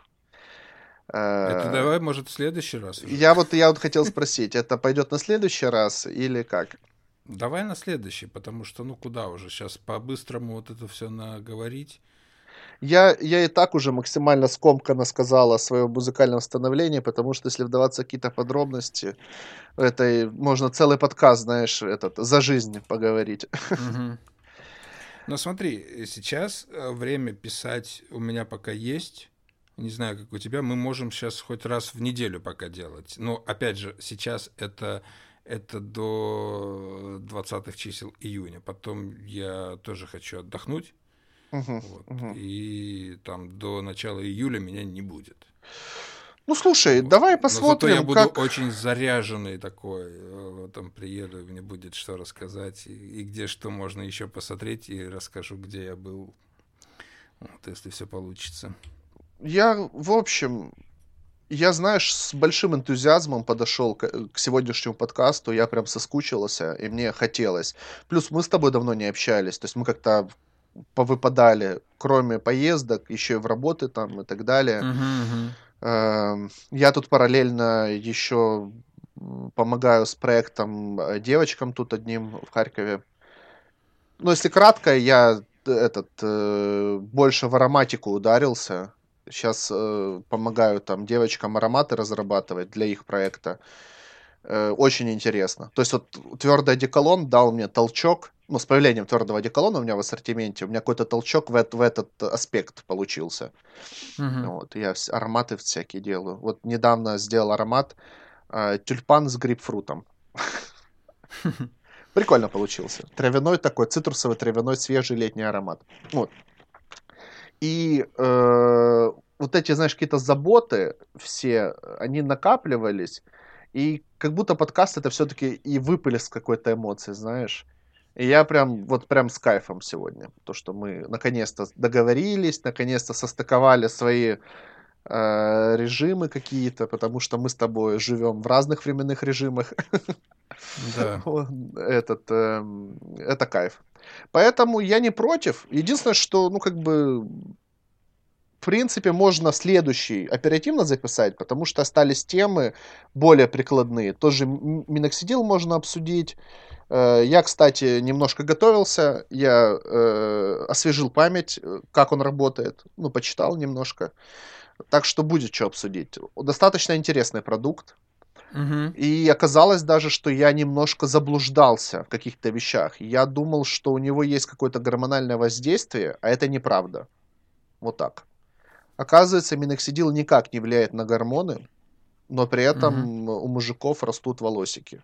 Это А, давай, может, в следующий раз уже. Я вот, я вот хотел спросить, это пойдет на следующий раз или как? Давай на следующий, потому что, ну, куда уже? Сейчас по-быстрому вот это все наговорить. Я, я и так уже максимально скомканно сказал о своем музыкальном становлении, потому что если вдаваться в какие-то подробности, это и можно целый подкаст, знаешь, этот, за жизнь поговорить. Угу. Но смотри, сейчас э, время писать у меня пока есть. Не знаю, как у тебя. Мы можем сейчас хоть раз в неделю пока делать. Но, опять же, сейчас это, это до двадцатых чисел июня. Потом я тоже хочу отдохнуть. Мгм, Вот. мгм. И там до начала июля меня не будет. Ну слушай, Вот. давай Но зато я посмотрим, буду как... очень заряженный такой. э, Там приеду, и мне будет что рассказать. И, и где что можно еще посмотреть. И расскажу, где я был. Вот, если все получится. Я, в общем, я, знаешь, с большим энтузиазмом подошел к, к сегодняшнему подкасту, я прям соскучился, и мне хотелось. Плюс мы с тобой давно не общались, то есть мы как-то повыпадали, кроме поездок, еще и в работы там и так далее. Угу, угу. Эм, Я тут параллельно еще м, помогаю с проектом э, девочкам тут одним в Харькове. Ну, если кратко, я э, этот э, больше в ароматику ударился. Сейчас э, помогаю там девочкам ароматы разрабатывать для их проекта. Э, очень интересно. То есть вот твердый одеколон дал мне толчок. Ну, с появлением твердого одеколона у меня в ассортименте, у меня какой-то толчок в, эт- в этот аспект получился. Угу. Вот, я вс- ароматы всякие делаю. Вот недавно сделал аромат э, тюльпан с грейпфрутом. Прикольно получился. Травяной такой, цитрусовый, травяной, свежий летний аромат. Вот. И э, вот эти, знаешь, какие-то заботы все, они накапливались, и как будто подкаст это все-таки и выплеск какой-то эмоции, знаешь. И я прям, вот прям с кайфом сегодня. То, что мы наконец-то договорились, наконец-то состыковали свои э, режимы какие-то, потому что мы с тобой живем в разных временных режимах. Да. Вот, Этот, эм, это кайф. Поэтому я не против. Единственное, что, ну, как бы, в принципе, можно следующий оперативно записать, потому что остались темы более прикладные. Тоже м- миноксидил можно обсудить. Э, Я, кстати, немножко готовился. Я э, освежил память, э, как он работает. Ну, почитал немножко. Так что будет что обсудить. Достаточно интересный продукт. Угу. И оказалось даже, что я немножко заблуждался в каких-то вещах. Я думал, что у него есть какое-то гормональное воздействие, а это неправда. Вот так. Оказывается, миноксидил никак не влияет на гормоны, но при Угу. этом у мужиков растут волосики.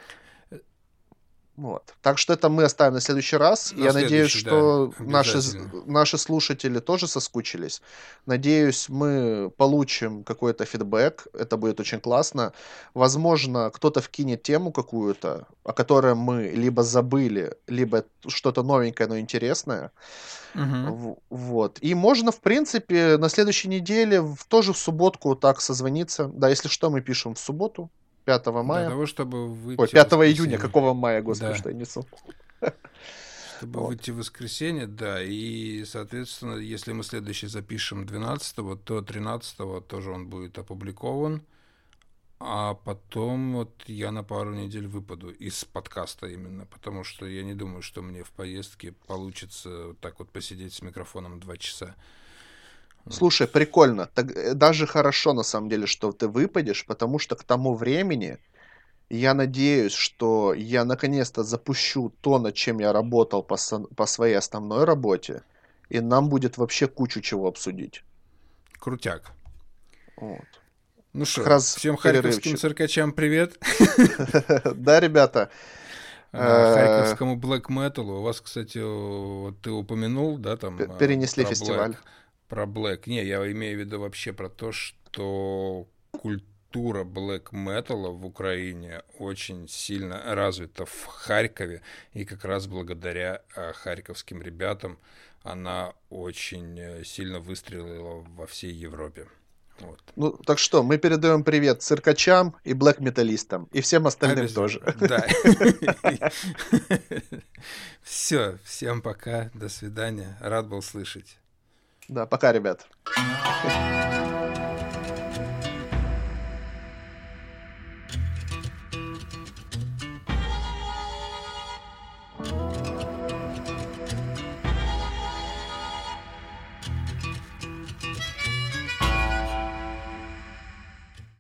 Вот. Так что это мы оставим на следующий раз. На Я надеюсь, следующий, да, что наши, з- обязательно. наши слушатели тоже соскучились. Надеюсь, мы получим какой-то фидбэк. Это будет очень классно. Возможно, кто-то вкинет тему какую-то, о которой мы либо забыли, либо что-то новенькое, но интересное. Угу. В- Вот. И можно, в принципе, на следующей неделе, в, тоже в субботку так созвониться. Да, если что, мы пишем в субботу, пятого Для мая. того, чтобы Ой, выйти в пятого июня, воскресенье. какого мая, господи, Да. что я несу. Чтобы Вот. выйти в воскресенье, да. И, соответственно, если мы следующий запишем двенадцатого, то тринадцатого тоже он будет опубликован. А потом вот я на пару недель выпаду из подкаста именно, потому что я не думаю, что мне в поездке получится вот так вот посидеть с микрофоном два часа. Слушай, прикольно. Так, э, даже хорошо, на самом деле, что ты выпадешь, потому что к тому времени я надеюсь, что я наконец-то запущу то, над чем я работал по, со- по своей основной работе, и нам будет вообще кучу чего обсудить. Крутяк. Вот. Ну Как что, раз всем харьковским перерывчик. циркачам привет. Да, ребята. А, э, Харьковскому блэк металу. У вас, кстати, вот ты упомянул, да, п- там а, Перенесли про фестиваль. блэк, про блэк. Не, я имею в виду вообще про то, что культура блэк металла в Украине очень сильно развита в Харькове, и как раз благодаря а, харьковским ребятам она очень э, сильно выстрелила во всей Европе. Вот. Ну, так что, мы передаем привет циркачам и блэк-металлистам, и всем остальным тоже. Обязательно, да. Все, всем пока, до свидания. Рад был слышать. Да, пока, ребят.